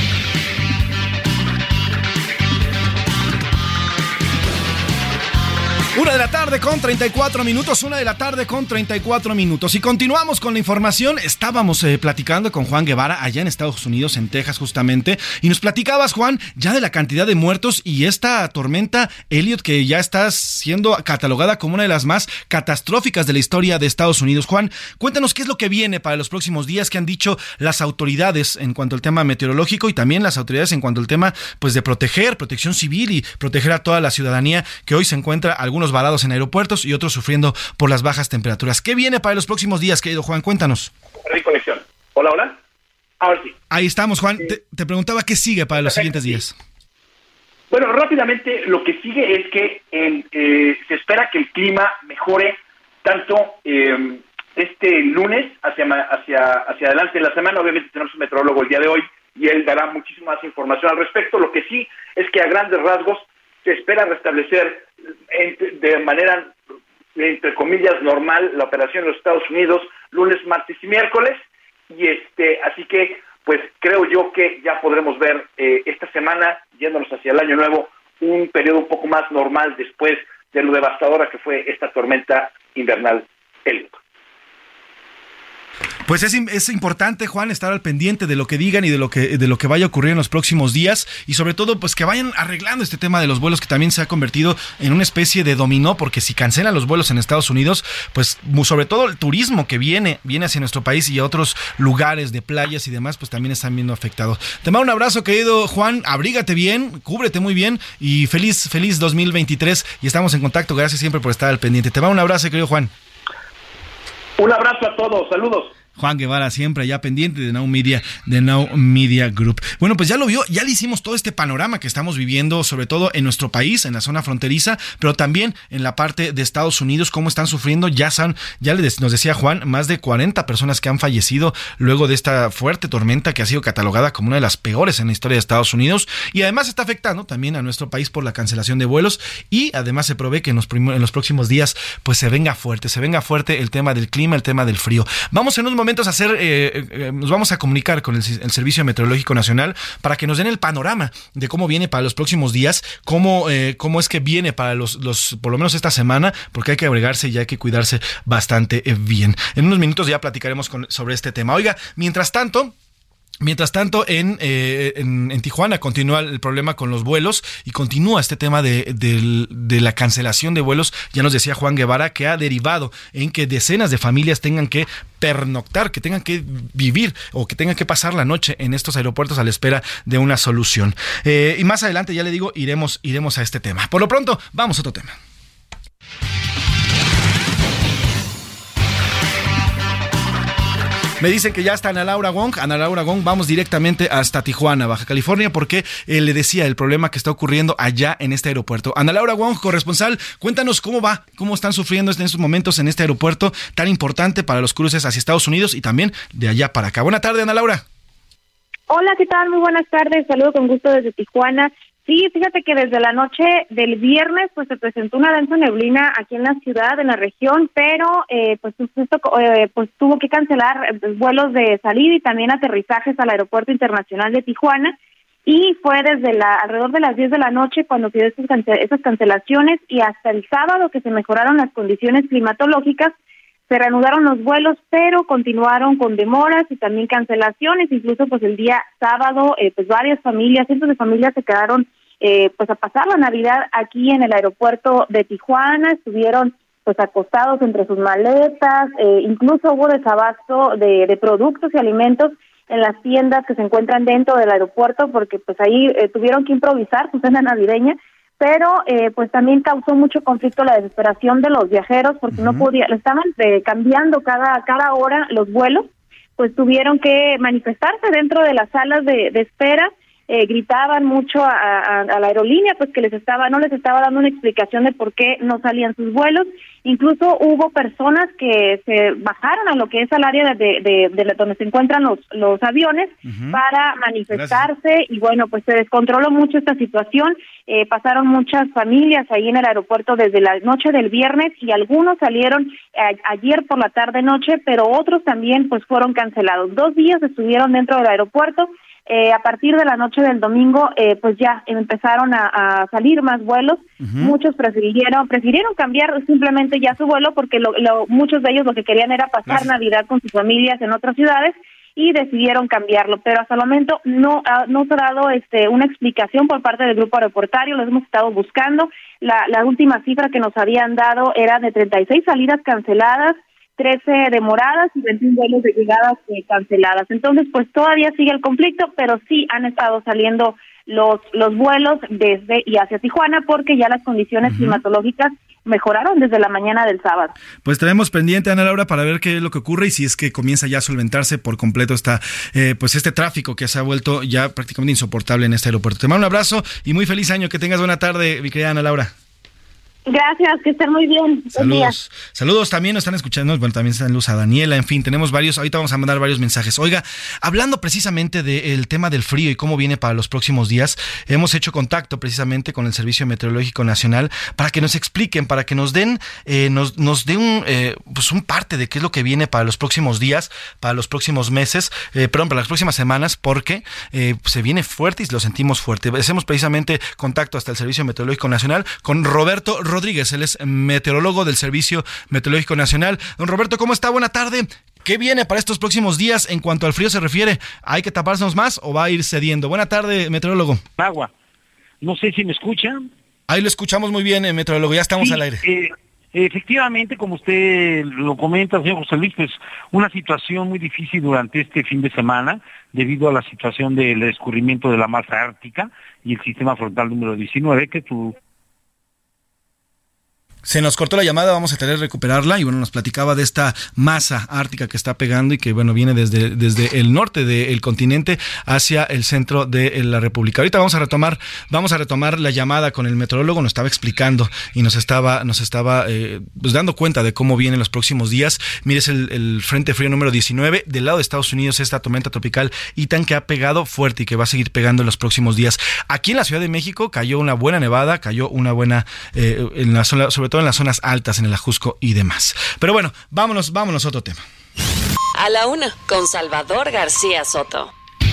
1 de la tarde con 34 minutos, 1 de la tarde con 34 minutos. Y continuamos con la información. Estábamos platicando con Juan Guevara allá en Estados Unidos, en Texas justamente, y nos platicabas, Juan, ya de la cantidad de muertos y esta tormenta Elliot que ya está siendo catalogada como una de las más catastróficas de la historia de Estados Unidos. Juan, cuéntanos qué es lo que viene para los próximos días, qué han dicho las autoridades en cuanto al tema meteorológico y también las autoridades en cuanto al tema pues de protección civil y proteger a toda la ciudadanía que hoy se encuentra algunos varados en aeropuertos y otros sufriendo por las bajas temperaturas. ¿Qué viene para los próximos días, querido Juan? Cuéntanos. Conexión. Hola. Ahora sí. Ahí estamos, Juan. Te preguntaba qué sigue para los siguientes días. Bueno, rápidamente lo que sigue es que se espera que el clima mejore tanto este lunes hacia adelante de la semana. Obviamente tenemos un meteorólogo el día de hoy y él dará muchísima más información al respecto. Lo que sí es que a grandes rasgos se espera restablecer de manera, entre comillas, normal la operación en los Estados Unidos lunes, martes y miércoles, y así que pues creo yo que ya podremos ver esta semana, yéndonos hacia el año nuevo, un periodo un poco más normal después de lo devastadora que fue esta tormenta invernal Elliot. Pues es importante, Juan, estar al pendiente de lo que digan y de lo que vaya a ocurrir en los próximos días y sobre todo pues que vayan arreglando este tema de los vuelos que también se ha convertido en una especie de dominó, porque si cancelan los vuelos en Estados Unidos, pues sobre todo el turismo que viene hacia nuestro país y a otros lugares de playas y demás, pues también están viendo afectados. Te mando un abrazo, querido Juan, abrígate bien, cúbrete muy bien y feliz 2023 y estamos en contacto. Gracias siempre por estar al pendiente. Te mando un abrazo, querido Juan. Un abrazo a todos, saludos. Juan Guevara siempre allá pendiente de Now Media Group. Bueno, pues ya lo vio, ya le hicimos todo este panorama que estamos viviendo, sobre todo en nuestro país, en la zona fronteriza, pero también en la parte de Estados Unidos, cómo están sufriendo. Nos decía Juan, más de 40 personas que han fallecido luego de esta fuerte tormenta que ha sido catalogada como una de las peores en la historia de Estados Unidos y además está afectando también a nuestro país por la cancelación de vuelos y además se prevé que en los próximos días pues se venga fuerte el tema del clima, el tema del frío. Vamos en unos momentos nos vamos a comunicar con el Servicio Meteorológico Nacional para que nos den el panorama de cómo viene para los próximos días, cómo es que viene para los por lo menos esta semana, porque hay que abrigarse y hay que cuidarse bastante bien. En unos minutos ya platicaremos sobre este tema. Oiga, mientras tanto, en Tijuana continúa el problema con los vuelos y continúa este tema de la cancelación de vuelos. Ya nos decía Juan Guevara que ha derivado en que decenas de familias tengan que pernoctar, que tengan que vivir o que tengan que pasar la noche en estos aeropuertos a la espera de una solución. Y más adelante, ya le digo, iremos a este tema. Por lo pronto, vamos a otro tema. Me dicen que ya está Ana Laura Wong. Vamos directamente hasta Tijuana, Baja California, porque le decía el problema que está ocurriendo allá en este aeropuerto. Ana Laura Wong, corresponsal, cuéntanos cómo están sufriendo en estos momentos en este aeropuerto tan importante para los cruces hacia Estados Unidos y también de allá para acá. Buena tarde, Ana Laura. Hola, ¿qué tal? Muy buenas tardes. Saludo con gusto desde Tijuana. Sí, fíjate que desde la noche del viernes pues se presentó una densa neblina aquí en la ciudad, en la región, pero pues tuvo que cancelar vuelos de salida y también aterrizajes al Aeropuerto Internacional de Tijuana, y fue desde alrededor de las 10 de la noche cuando se dio esas cancelaciones, y hasta el sábado que se mejoraron las condiciones climatológicas, se reanudaron los vuelos, pero continuaron con demoras y también cancelaciones. Incluso pues el día sábado pues varias familias, cientos de familias se quedaron pues a pasar la Navidad aquí en el aeropuerto de Tijuana, estuvieron pues acostados entre sus maletas, incluso hubo desabasto de productos y alimentos en las tiendas que se encuentran dentro del aeropuerto, porque pues ahí tuvieron que improvisar su cena navideña, pero pues también causó mucho conflicto la desesperación de los viajeros, porque no podían, estaban cambiando cada hora los vuelos, pues tuvieron que manifestarse dentro de las salas de espera. Gritaban mucho a la aerolínea, pues que no les estaba dando una explicación de por qué no salían sus vuelos. Incluso hubo personas que se bajaron a lo que es al área de donde se encuentran los aviones para manifestarse. Gracias. Y bueno, pues se descontroló mucho esta situación. Pasaron muchas familias ahí en el aeropuerto desde la noche del viernes, y algunos salieron ayer por la tarde-noche, pero otros también pues fueron cancelados. 2 días estuvieron dentro del aeropuerto. A partir de la noche del domingo, pues ya empezaron a salir más vuelos. Muchos prefirieron cambiar simplemente ya su vuelo, porque muchos de ellos lo que querían era pasar Navidad con sus familias en otras ciudades, y decidieron cambiarlo. Pero hasta el momento no se ha dado una explicación por parte del grupo aeroportuario. Los hemos estado buscando. La última cifra que nos habían dado era de 36 salidas canceladas, 13 demoradas y 21 vuelos de llegadas canceladas. Entonces, pues todavía sigue el conflicto, pero sí han estado saliendo los vuelos desde y hacia Tijuana, porque ya las condiciones climatológicas mejoraron desde la mañana del sábado. Pues estaremos pendiente, Ana Laura, para ver qué es lo que ocurre y si es que comienza ya a solventarse por completo este tráfico que se ha vuelto ya prácticamente insoportable en este aeropuerto. Te mando un abrazo y muy feliz año. Que tengas buena tarde, mi querida Ana Laura. Gracias, que estén muy bien. Saludos, también nos están escuchando, bueno, también saludos a Daniela, en fin, tenemos varios, ahorita vamos a mandar varios mensajes. Oiga, hablando precisamente del tema del frío y cómo viene para los próximos días, hemos hecho contacto precisamente con el Servicio Meteorológico Nacional para que nos expliquen, para que nos den un parte de qué es lo que viene para los próximos días, para los próximos meses, para las próximas semanas, porque se viene fuerte y lo sentimos fuerte. Hacemos precisamente contacto hasta el Servicio Meteorológico Nacional con Roberto Rodríguez, él es meteorólogo del Servicio Meteorológico Nacional. Don Roberto, ¿cómo está? Buena tarde. ¿Qué viene para estos próximos días en cuanto al frío se refiere? ¿Hay que taparnos más o va a ir cediendo? Buena tarde, meteorólogo. Agua. No sé si me escuchan. Ahí lo escuchamos muy bien, meteorólogo, ya estamos al aire. Efectivamente, como usted lo comenta, señor José Luis, pues una situación muy difícil durante este fin de semana debido a la situación del escurrimiento de la masa ártica y el sistema frontal número 19 que Se nos cortó la llamada, vamos a tener que recuperarla, y bueno, nos platicaba de esta masa ártica que está pegando y que bueno, viene desde el norte del continente hacia el centro de la República. Ahorita vamos a retomar la llamada con el meteorólogo, nos estaba explicando y nos estaba pues dando cuenta de cómo vienen los próximos días. Mire, es el Frente Frío número 19, del lado de Estados Unidos esta tormenta tropical Itan que ha pegado fuerte y que va a seguir pegando en los próximos días. Aquí en la Ciudad de México cayó una buena nevada, cayó una buena en la zona, sobre todo en las zonas altas, en el Ajusco y demás. Pero bueno, vámonos a otro tema. A la una, con Salvador García Soto.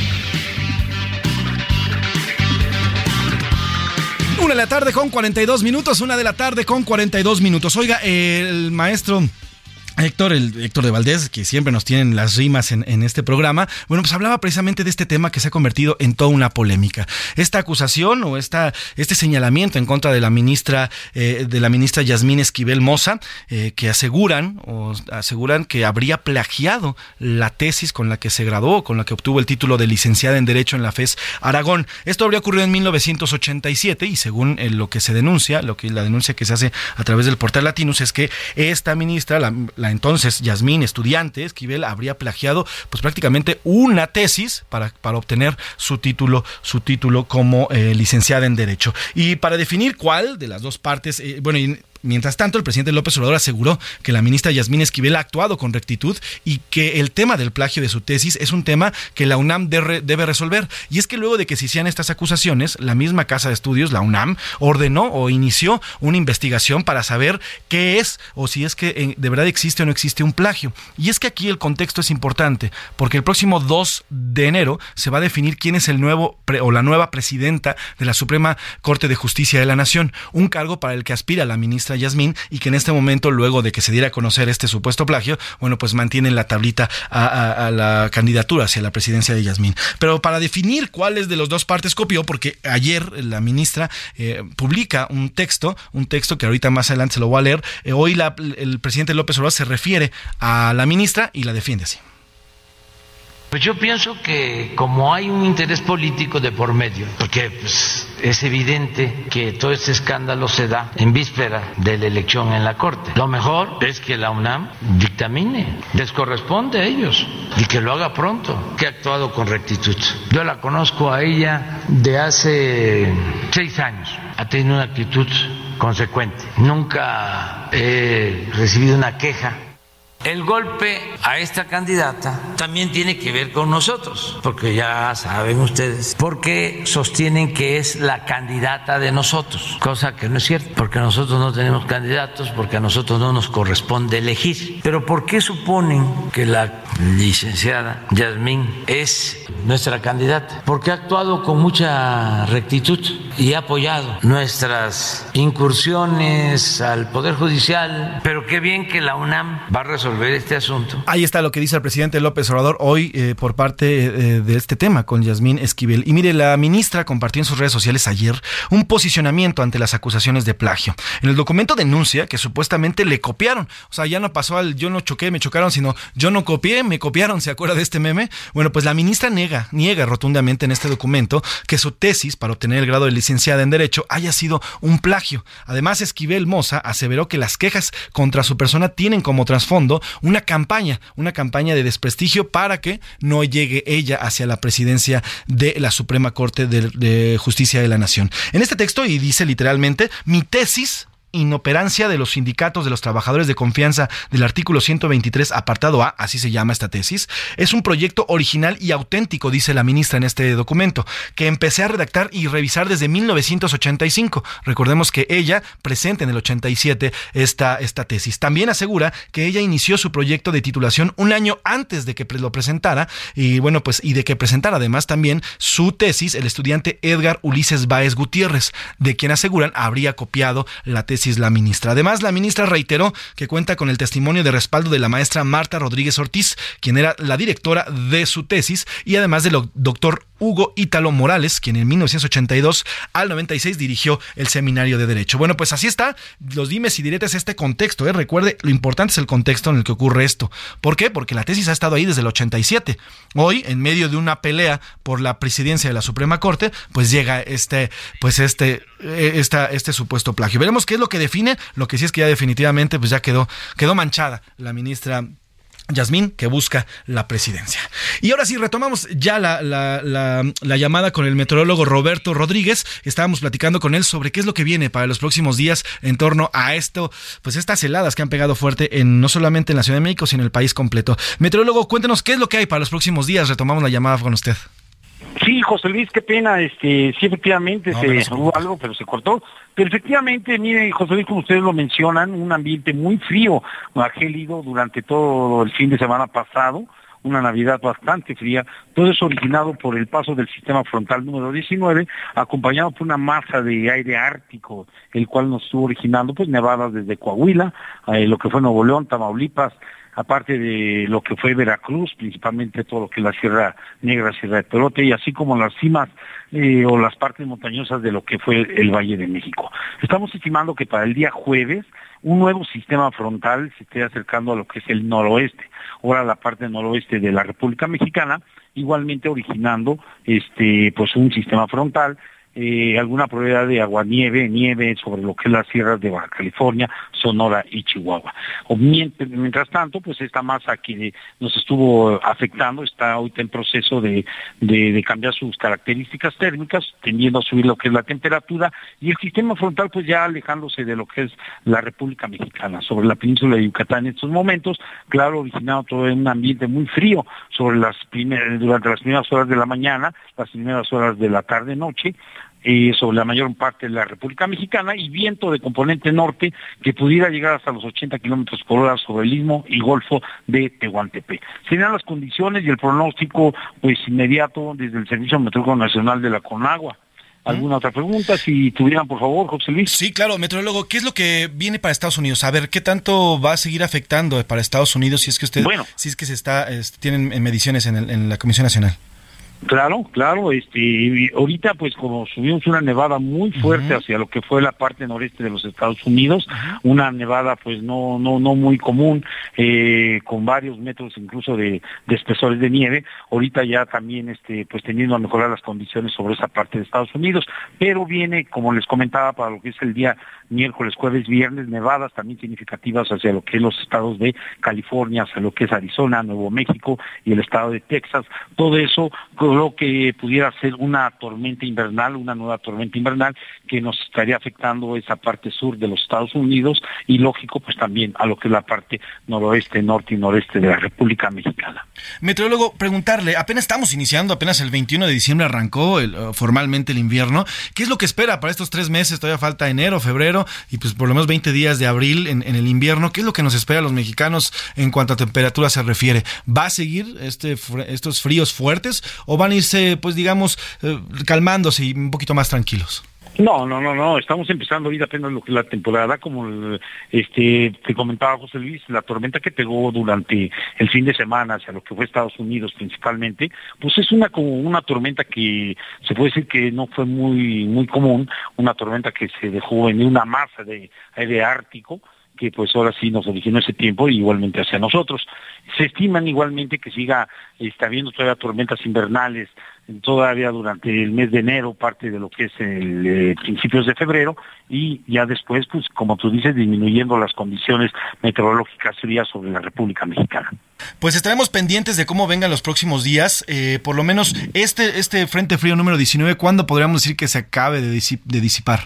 1 de la tarde con 42 minutos. Oiga, el maestro Héctor de Valdés, que siempre nos tienen las rimas en este programa, bueno, pues hablaba precisamente de este tema que se ha convertido en toda una polémica. Esta acusación o este señalamiento en contra de la ministra Yasmín Esquivel Moza, que aseguran que habría plagiado la tesis con la que se graduó, con la que obtuvo el título de licenciada en Derecho en la FES Aragón. Esto habría ocurrido en 1987 y según lo que se denuncia, la denuncia que se hace a través del portal Latinus es que esta ministra, la entonces Yasmín estudiante Esquivel, habría plagiado pues prácticamente una tesis para obtener su título como licenciada en Derecho. Y para definir cuál de las dos partes, Mientras tanto, el presidente López Obrador aseguró que la ministra Yasmín Esquivel ha actuado con rectitud y que el tema del plagio de su tesis es un tema que la UNAM debe resolver. Y es que luego de que se hicieran estas acusaciones, la misma casa de estudios, la UNAM, ordenó o inició una investigación para saber qué es o si es que de verdad existe o no existe un plagio. Y es que aquí el contexto es importante, porque el próximo 2 de enero se va a definir quién es el nuevo o la nueva presidenta de la Suprema Corte de Justicia de la Nación, un cargo para el que aspira la ministra Yasmín y que en este momento, luego de que se diera a conocer este supuesto plagio, bueno, pues mantienen la tablita a la candidatura hacia la presidencia de Yasmín. Pero para definir cuáles de las dos partes copió, porque ayer la ministra publica un texto que ahorita más adelante se lo voy a leer, hoy el presidente López Obrador se refiere a la ministra y la defiende así. Pues yo pienso que como hay un interés político de por medio, porque pues, es evidente que todo este escándalo se da en víspera de la elección en la Corte, lo mejor es que la UNAM dictamine, les corresponde a ellos y que lo haga pronto, que ha actuado con rectitud. Yo la conozco a ella de hace 6 años, ha tenido una actitud consecuente, nunca he recibido una queja. El golpe a esta candidata también tiene que ver con nosotros, porque ya saben ustedes, porque sostienen que es la candidata de nosotros, cosa que no es cierto, porque nosotros no tenemos candidatos, porque a nosotros no nos corresponde elegir. Pero ¿por qué suponen que la licenciada Yasmín es nuestra candidata? Porque ha actuado con mucha rectitud y ha apoyado nuestras incursiones al Poder Judicial, pero qué bien que la UNAM va a resolver este asunto. Ahí está lo que dice el presidente López Obrador hoy por parte de este tema con Yasmín Esquivel. Y mire, la ministra compartió en sus redes sociales ayer un posicionamiento ante las acusaciones de plagio. En el documento denuncia que supuestamente le copiaron. O sea, ya no pasó al yo no choqué, me chocaron, sino yo no copié, me copiaron. ¿Se acuerda de este meme? Bueno, pues la ministra niega rotundamente en este documento que su tesis para obtener el grado de licenciada en Derecho haya sido un plagio. Además, Esquivel Moza aseveró que las quejas contra su persona tienen como trasfondo una campaña de desprestigio para que no llegue ella hacia la presidencia de la Suprema Corte de Justicia de la Nación. En este texto, y dice literalmente, mi tesis, inoperancia de los sindicatos de los trabajadores de confianza del artículo 123 apartado A, así se llama esta tesis, es un proyecto original y auténtico, dice la ministra en este documento, que empecé a redactar y revisar desde 1985. Recordemos que ella presenta en el 87 esta tesis. También asegura que ella inició su proyecto de titulación un año antes de que lo presentara y bueno, pues y de que presentara además también su tesis el estudiante Edgar Ulises Báez Gutiérrez, de quien aseguran habría copiado la tesis la ministra. Además, la ministra reiteró que cuenta con el testimonio de respaldo de la maestra Marta Rodríguez Ortiz, quien era la directora de su tesis, y además del doctor Hugo Ítalo Morales, quien en 1982 al 96 dirigió el Seminario de Derecho. Bueno, pues así está, los dimes y diretes, este contexto, Recuerde, lo importante es el contexto en el que ocurre esto. ¿Por qué? Porque la tesis ha estado ahí desde el 87. Hoy, en medio de una pelea por la presidencia de la Suprema Corte, pues llega este supuesto plagio. Veremos qué es lo que define. Lo que sí es que ya definitivamente pues ya quedó manchada la ministra Yasmín, que busca la presidencia. Y ahora sí, retomamos ya la llamada con el meteorólogo Roberto Rodríguez. Estábamos platicando con él sobre qué es lo que viene para los próximos días en torno a esto, pues estas heladas que han pegado fuerte no solamente en la Ciudad de México, sino en el país completo. Meteorólogo, cuéntenos qué es lo que hay para los próximos días. Retomamos la llamada con usted. Sí, José Luis, qué pena, sí, efectivamente hubo algo, pero se cortó. Pero efectivamente, mire, José Luis, como ustedes lo mencionan, un ambiente muy frío, gélido durante todo el fin de semana pasado, una Navidad bastante fría, todo eso originado por el paso del sistema frontal número 19, acompañado por una masa de aire ártico, el cual nos estuvo originando pues nevadas desde Coahuila, lo que fue Nuevo León, Tamaulipas, aparte de lo que fue Veracruz, principalmente todo lo que es la Sierra Negra, Sierra de Perote, y así como las cimas o las partes montañosas de lo que fue el Valle de México. Estamos estimando que para el día jueves un nuevo sistema frontal se esté acercando a lo que es el noroeste, ahora la parte noroeste de la República Mexicana, igualmente originando pues un sistema frontal alguna probabilidad de nieve sobre lo que es las sierras de Baja California, Sonora y Chihuahua. Mientras tanto, pues esta masa que nos estuvo afectando está ahorita en proceso de cambiar sus características térmicas, tendiendo a subir lo que es la temperatura, y el sistema frontal pues ya alejándose de lo que es la República Mexicana, sobre la península de Yucatán en estos momentos, claro, originado todo en un ambiente muy frío durante las primeras horas de la mañana, las primeras horas de la tarde-noche, sobre la mayor parte de la República Mexicana, y viento de componente norte que pudiera llegar hasta los 80 kilómetros por hora sobre el istmo y golfo de Tehuantepec. Serían las condiciones y el pronóstico pues inmediato desde el Servicio Meteorológico Nacional de la CONAGUA. ¿Alguna otra pregunta? Si tuvieran, por favor, José Luis. Sí, claro, meteorólogo, ¿qué es lo que viene para Estados Unidos? A ver, ¿qué tanto va a seguir afectando para Estados Unidos si es que si es que tienen mediciones en la Comisión Nacional? Claro, ahorita pues como subimos una nevada muy fuerte hacia lo que fue la parte noreste de los Estados Unidos, una nevada pues no muy común, con varios metros incluso de espesores de nieve, ahorita ya también pues tendiendo a mejorar las condiciones sobre esa parte de Estados Unidos, pero viene, como les comentaba, para lo que es el día miércoles, jueves, viernes, nevadas también significativas hacia lo que es los estados de California, hacia lo que es Arizona, Nuevo México y el estado de Texas. Todo eso lo que pudiera ser una tormenta invernal, una nueva tormenta invernal que nos estaría afectando esa parte sur de los Estados Unidos y lógico pues también a lo que es la parte noroeste, norte y noreste de la República Mexicana. Meteorólogo, preguntarle, apenas estamos iniciando, apenas el 21 de diciembre arrancó formalmente el invierno. ¿Qué es lo que espera para estos 3 meses? Todavía falta enero, febrero y pues por lo menos 20 días de abril en el invierno. ¿Qué es lo que nos espera a los mexicanos en cuanto a temperatura se refiere? ¿Va a seguir estos fríos fuertes o van a irse, pues digamos, calmándose y un poquito más tranquilos? No, estamos empezando ahorita apenas lo que es la temporada, como te comentaba José Luis, la tormenta que pegó durante el fin de semana hacia lo que fue Estados Unidos principalmente, pues es como una tormenta que se puede decir que no fue muy común, una tormenta que se dejó en una masa de aire ártico, que pues ahora sí nos originó ese tiempo y igualmente hacia nosotros. Se estiman igualmente que siga habiendo todavía tormentas invernales todavía durante el mes de enero, parte de lo que es principios de febrero, y ya después, pues como tú dices, disminuyendo las condiciones meteorológicas frías sobre la República Mexicana. Pues estaremos pendientes de cómo vengan los próximos días, por lo menos este Frente Frío número 19, ¿cuándo podríamos decir que se acabe de disipar?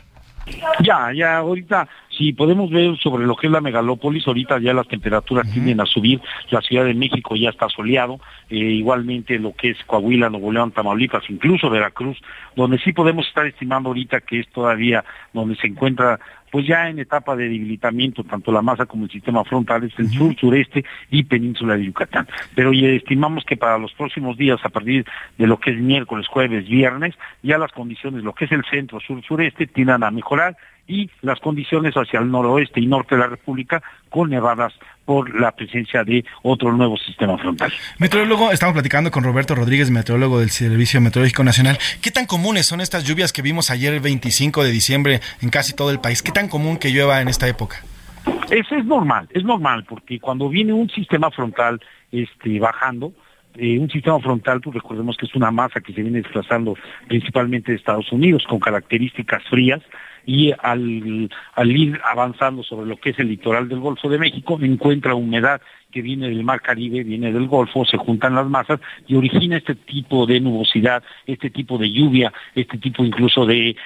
Ya, ahorita, si podemos ver sobre lo que es la megalópolis, ahorita ya las temperaturas tienden a subir, la Ciudad de México ya está soleado, igualmente lo que es Coahuila, Nuevo León, Tamaulipas, incluso Veracruz, donde sí podemos estar estimando ahorita que es todavía donde se encuentra pues ya en etapa de debilitamiento, tanto la masa como el sistema frontal, es el sur, sureste y península de Yucatán. Pero ya estimamos que para los próximos días, a partir de lo que es miércoles, jueves, viernes, ya las condiciones, lo que es el centro, sur, sureste, tiendan a mejorar, y las condiciones hacia el noroeste y norte de la República con nevadas por la presencia de otro nuevo sistema frontal. Meteorólogo, estamos platicando con Roberto Rodríguez, meteorólogo del Servicio Meteorológico Nacional. ¿Qué tan comunes son estas lluvias que vimos ayer el 25 de diciembre en casi todo el país? ¿Qué tan común que llueva en esta época? Eso es normal, porque cuando viene un sistema frontal bajando, un sistema frontal, pues recordemos que es una masa que se viene desplazando principalmente de Estados Unidos con características frías, y al ir avanzando sobre lo que es el litoral del Golfo de México, encuentra humedad que viene del Mar Caribe, viene del Golfo, se juntan las masas y origina este tipo de nubosidad, este tipo de lluvia, este tipo incluso de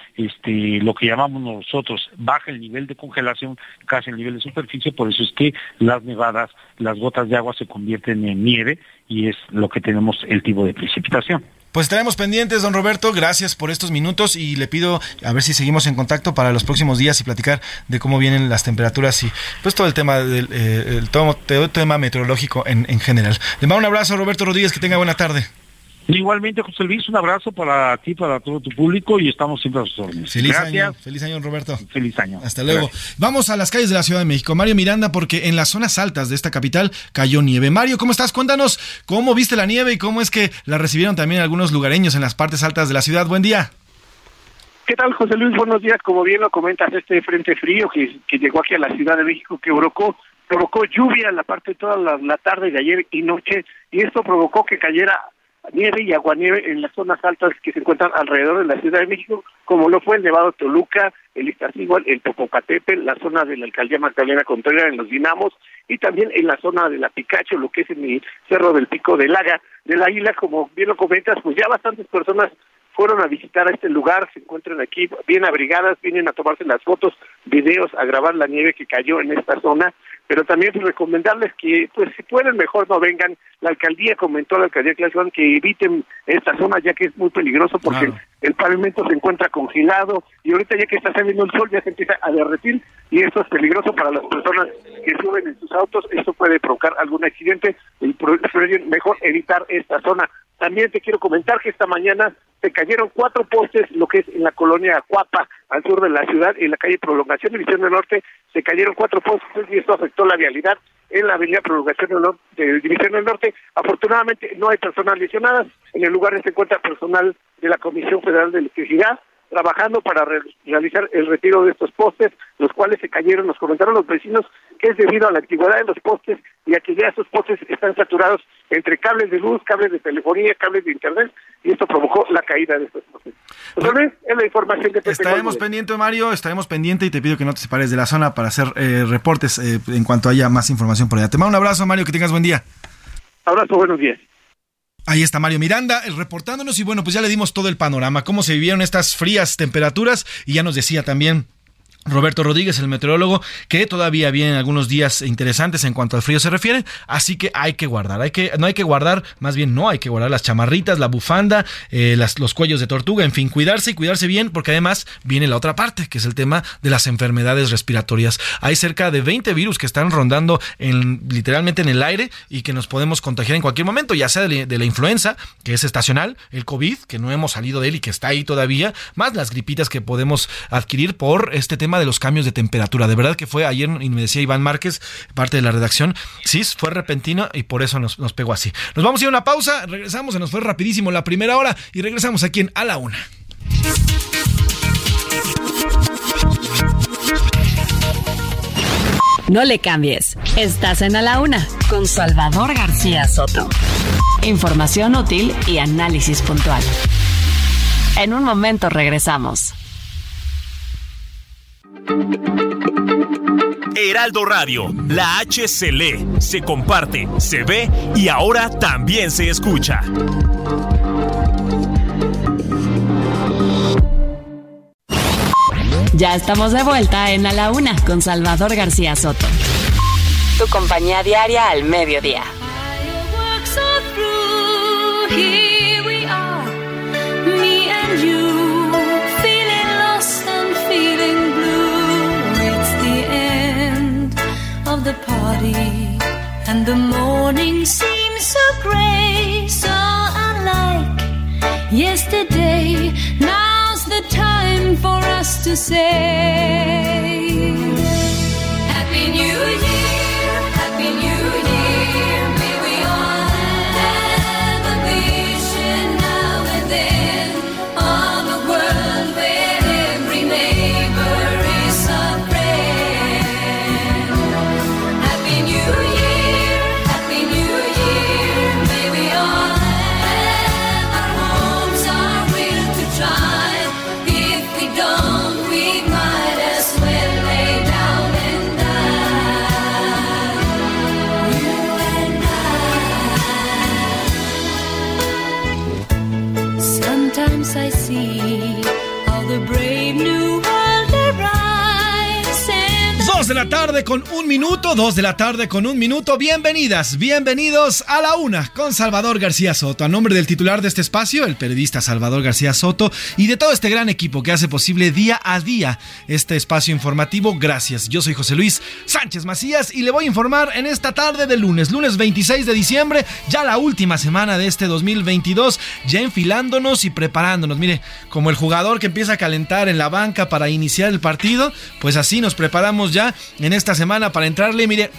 lo que llamamos nosotros, baja el nivel de congelación, casi el nivel de superficie, por eso es que las nevadas, las gotas de agua se convierten en nieve y es lo que tenemos el tipo de precipitación. Pues estaremos pendientes, don Roberto, gracias por estos minutos y le pido a ver si seguimos en contacto para los próximos días y platicar de cómo vienen las temperaturas y pues todo el tema todo el tema meteorológico en general. Le mando un abrazo, Roberto Rodríguez, que tenga buena tarde. Igualmente, José Luis, un abrazo para ti, para todo tu público y estamos siempre a sus órdenes. Feliz año, Roberto. Feliz año. Hasta luego. Gracias. Vamos a las calles de la Ciudad de México. Mario Miranda, porque en las zonas altas de esta capital cayó nieve. Mario, ¿cómo estás? Cuéntanos cómo viste la nieve y cómo es que la recibieron también algunos lugareños en las partes altas de la ciudad. Buen día. ¿Qué tal, José Luis? Buenos días. Como bien lo comentas, este frente frío que llegó aquí a la Ciudad de México, que provocó lluvia en la parte de toda la tarde de ayer y noche, y esto provocó que cayera nieve y aguanieve en las zonas altas que se encuentran alrededor de la Ciudad de México, como lo fue el Nevado de Toluca, el Iztaccíhuatl, el Popocatépetl, la zona de la Alcaldía Magdalena Contreras en los Dinamos, y también en la zona de la Picacho, lo que es en el Cerro del Pico del Águila, como bien lo comentas, pues ya bastantes personas fueron a visitar a este lugar, se encuentran aquí bien abrigadas, vienen a tomarse las fotos, videos, a grabar la nieve que cayó en esta zona, pero también pues recomendarles que, pues si pueden, mejor no vengan. La alcaldía comentó a la alcaldía de Claxon que eviten esta zona, ya que es muy peligroso porque el pavimento se encuentra congelado y ahorita ya que está saliendo el sol ya se empieza a derretir y esto es peligroso para las personas que suben en sus autos. Esto puede provocar algún accidente y mejor evitar esta zona. También te quiero comentar que esta mañana se cayeron 4 postes, lo que es en la colonia Cuapa, al sur de la ciudad, en la calle Prolongación División del Norte, se cayeron 4 postes y esto afectó la vialidad en la avenida Prolongación de División del Norte. Afortunadamente no hay personas lesionadas, en el lugar se encuentra personal de la Comisión Federal de Electricidad, trabajando para realizar el retiro de estos postes, los cuales se cayeron. Nos comentaron los vecinos que es debido a la antigüedad de los postes y a que ya estos postes están saturados entre cables de luz, cables de telefonía, cables de internet, y esto provocó la caída de estos postes. Entonces, es la información que te estaremos pendiente, Mario, estaremos pendiente y te pido que no te separes de la zona para hacer reportes en cuanto haya más información por allá. Te mando un abrazo, Mario, que tengas buen día. Abrazo, buenos días. Ahí está Mario Miranda reportándonos y bueno, pues ya le dimos todo el panorama, cómo se vivieron estas frías temperaturas y ya nos decía también Roberto Rodríguez, el meteorólogo, que todavía vienen algunos días interesantes en cuanto al frío se refiere, así que hay que guardar, no hay que guardar las chamarritas, la bufanda, los cuellos de tortuga, en fin, cuidarse y cuidarse bien, porque además viene la otra parte, que es el tema de las enfermedades respiratorias. Hay cerca de 20 virus que están rondando literalmente en el aire y que nos podemos contagiar en cualquier momento, ya sea de la influenza, que es estacional, el COVID, que no hemos salido de él y que está ahí todavía, más las gripitas que podemos adquirir por este tema de los cambios de temperatura. De verdad que fue ayer, y me decía Iván Márquez, parte de la redacción, sí, fue repentino y por eso nos pegó así. Nos vamos a ir a una pausa, regresamos, se nos fue rapidísimo la primera hora y regresamos aquí en A la Una. No le cambies, estás en A la Una con Salvador García Soto. Información útil y análisis puntual. En un momento regresamos. Heraldo Radio, la H se lee, se comparte, se ve y ahora también se escucha. Ya estamos de vuelta en A la Una con Salvador García Soto. Tu compañía diaria al mediodía. The party and the morning seems so gray, so unlike yesterday. Now's the time for us to say Happy New Year, Happy New Year. May we all have a vision now and then of a world where every neighbor is a friend. I see how the brave new world arrives. 2 de la tarde con un minuto. Bienvenidos a La Una con Salvador García Soto. A nombre del titular de este espacio, el periodista Salvador García Soto, y de todo este gran equipo que hace posible día a día este espacio informativo, gracias. Yo soy José Luis Sánchez Macías y le voy a informar en esta tarde de lunes 26 de diciembre, ya la última semana de este 2022, ya enfilándonos y preparándonos. Mire, como el jugador que empieza a calentar en la banca para iniciar el partido, pues así nos preparamos ya en esta semana para entrarle, mire,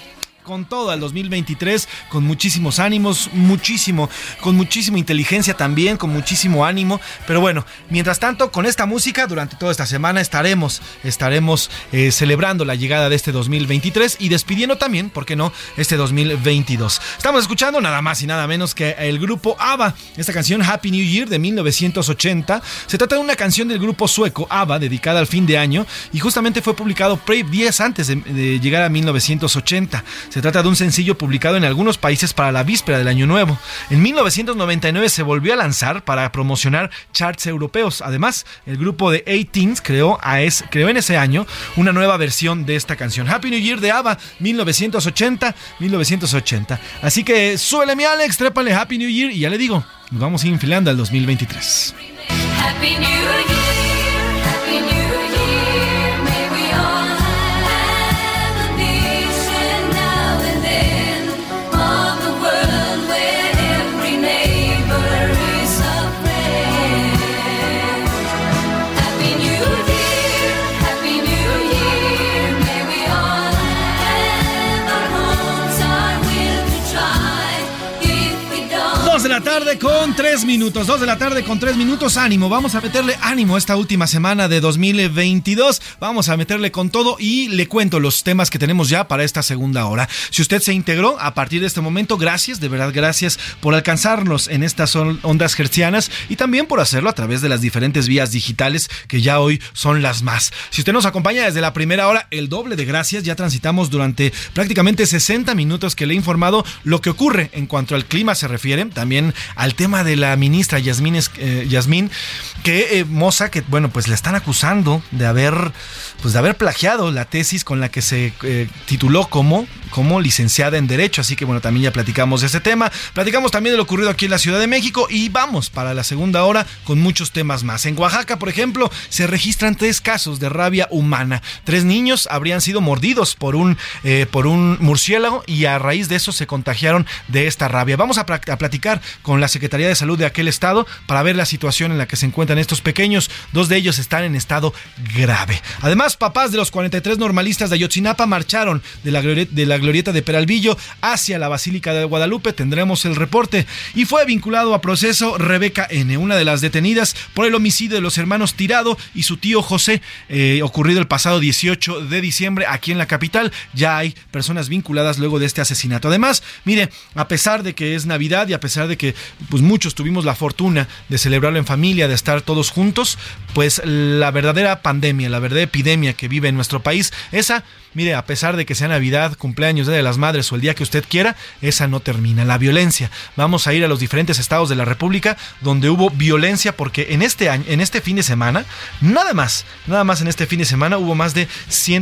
con todo al 2023, con muchísimos ánimos, con muchísima inteligencia también, con muchísimo ánimo. Pero bueno, mientras tanto, con esta música, durante toda esta semana estaremos celebrando la llegada de este 2023 y despidiendo también, ¿por qué no?, este 2022. Estamos escuchando nada más y nada menos que el grupo ABBA, esta canción Happy New Year de 1980. Se trata de una canción del grupo sueco ABBA dedicada al fin de año y justamente fue publicado 10 antes de llegar a 1980. Se trata de un sencillo publicado en algunos países para la víspera del Año Nuevo. En 1999 se volvió a lanzar para promocionar charts europeos. Además, el grupo de 18 creó en ese año una nueva versión de esta canción. Happy New Year de ABBA 1980. Así que súbele mi Alex, trépale Happy New Year y ya le digo, nos vamos a ir enfilando al 2023. Happy New Year, Happy New Year, may we all have a vision now and then of the world where every neighbor is a friend. Happy New Year, may we all have our homes, our will to try. If we don't 2 de la tarde con 3 minutos. 2 de la tarde con 3 minutos. Ánimo, vamos a meterle ánimo esta última semana de 2022. Vamos a meterle con todo y le cuento los temas que tenemos ya para esta segunda hora. Si usted se integró a partir de este momento, gracias, de verdad gracias por alcanzarnos en estas ondas hertzianas y también por hacerlo a través de las diferentes vías digitales que ya hoy son las más. Si usted nos acompaña desde la primera hora, el doble de gracias. Ya transitamos durante prácticamente 60 minutos que le he informado lo que ocurre en cuanto al clima se refiere, también al tema de la ministra Yasmín Moza, que bueno, pues le están acusando de haber plagiado la tesis con la que se tituló como licenciada en Derecho. Así que bueno, también ya platicamos de ese tema. Platicamos también de lo ocurrido aquí en la Ciudad de México y vamos para la segunda hora con muchos temas más. En Oaxaca, por ejemplo, se registran 3 casos de rabia humana. 3 niños habrían sido mordidos por un murciélago y a raíz de eso se contagiaron de esta rabia. Vamos a platicar con la Secretaría de Salud de aquel estado para ver la situación en la que se encuentran estos pequeños. 2 de ellos están en estado grave. Además, papás de los 43 normalistas de Ayotzinapa marcharon de la glorieta de Peralvillo hacia la Basílica de Guadalupe. Tendremos el reporte. Y fue vinculado a proceso Rebeca N., una de las detenidas por el homicidio de los hermanos Tirado y su tío José, ocurrido el pasado 18 de diciembre aquí en la capital. Ya hay personas vinculadas luego de este asesinato. Además, mire, a pesar de que es Navidad y a pesar de que pues muchos tuvimos la fortuna de celebrarlo en familia, de estar todos juntos, pues la verdadera pandemia, la verdadera epidemia que vive en nuestro país, esa, mire, a pesar de que sea Navidad, cumpleaños, Día de las Madres o el día que usted quiera, esa no termina. La violencia. Vamos a ir a los diferentes estados de la República donde hubo violencia, porque en este fin de semana, nada más en este fin de semana hubo más de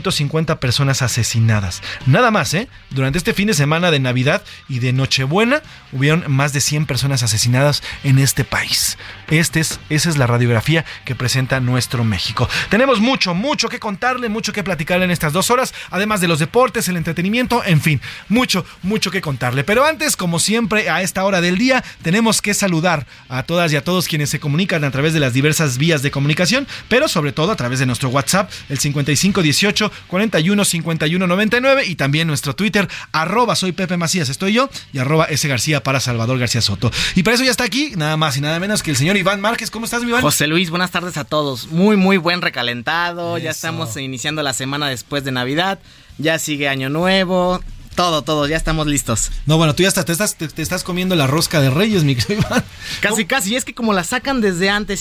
150 personas asesinadas. Nada más, durante este fin de semana de Navidad y de Nochebuena hubieron más de 100 personas asesinadas en este país. Esa es la radiografía que presenta nuestro México. Tenemos mucho que contarle, mucho que platicarle en estas 2 horas, además de los deportes, el entretenimiento, en fin, mucho que contarle. Pero antes, como siempre, a esta hora del día, tenemos que saludar a todas y a todos quienes se comunican a través de las diversas vías de comunicación, pero sobre todo a través de nuestro WhatsApp, el 5518 41 51 99, y también nuestro Twitter, @soy Pepe Macías, estoy yo, y @sgarcía para Salvador García Soto. Y para eso ya está aquí, nada más y nada menos que el señor Iván Márquez. ¿Cómo estás, mi Iván? José Luis, buenas tardes a todos. Muy buen recalentado. Eso. Ya estamos iniciando la semana después de Navidad. Ya sigue Año Nuevo. Todo, ya estamos listos. No, bueno, tú ya te estás comiendo la rosca de Reyes, mi querido Iván. Casi, es que como la sacan desde antes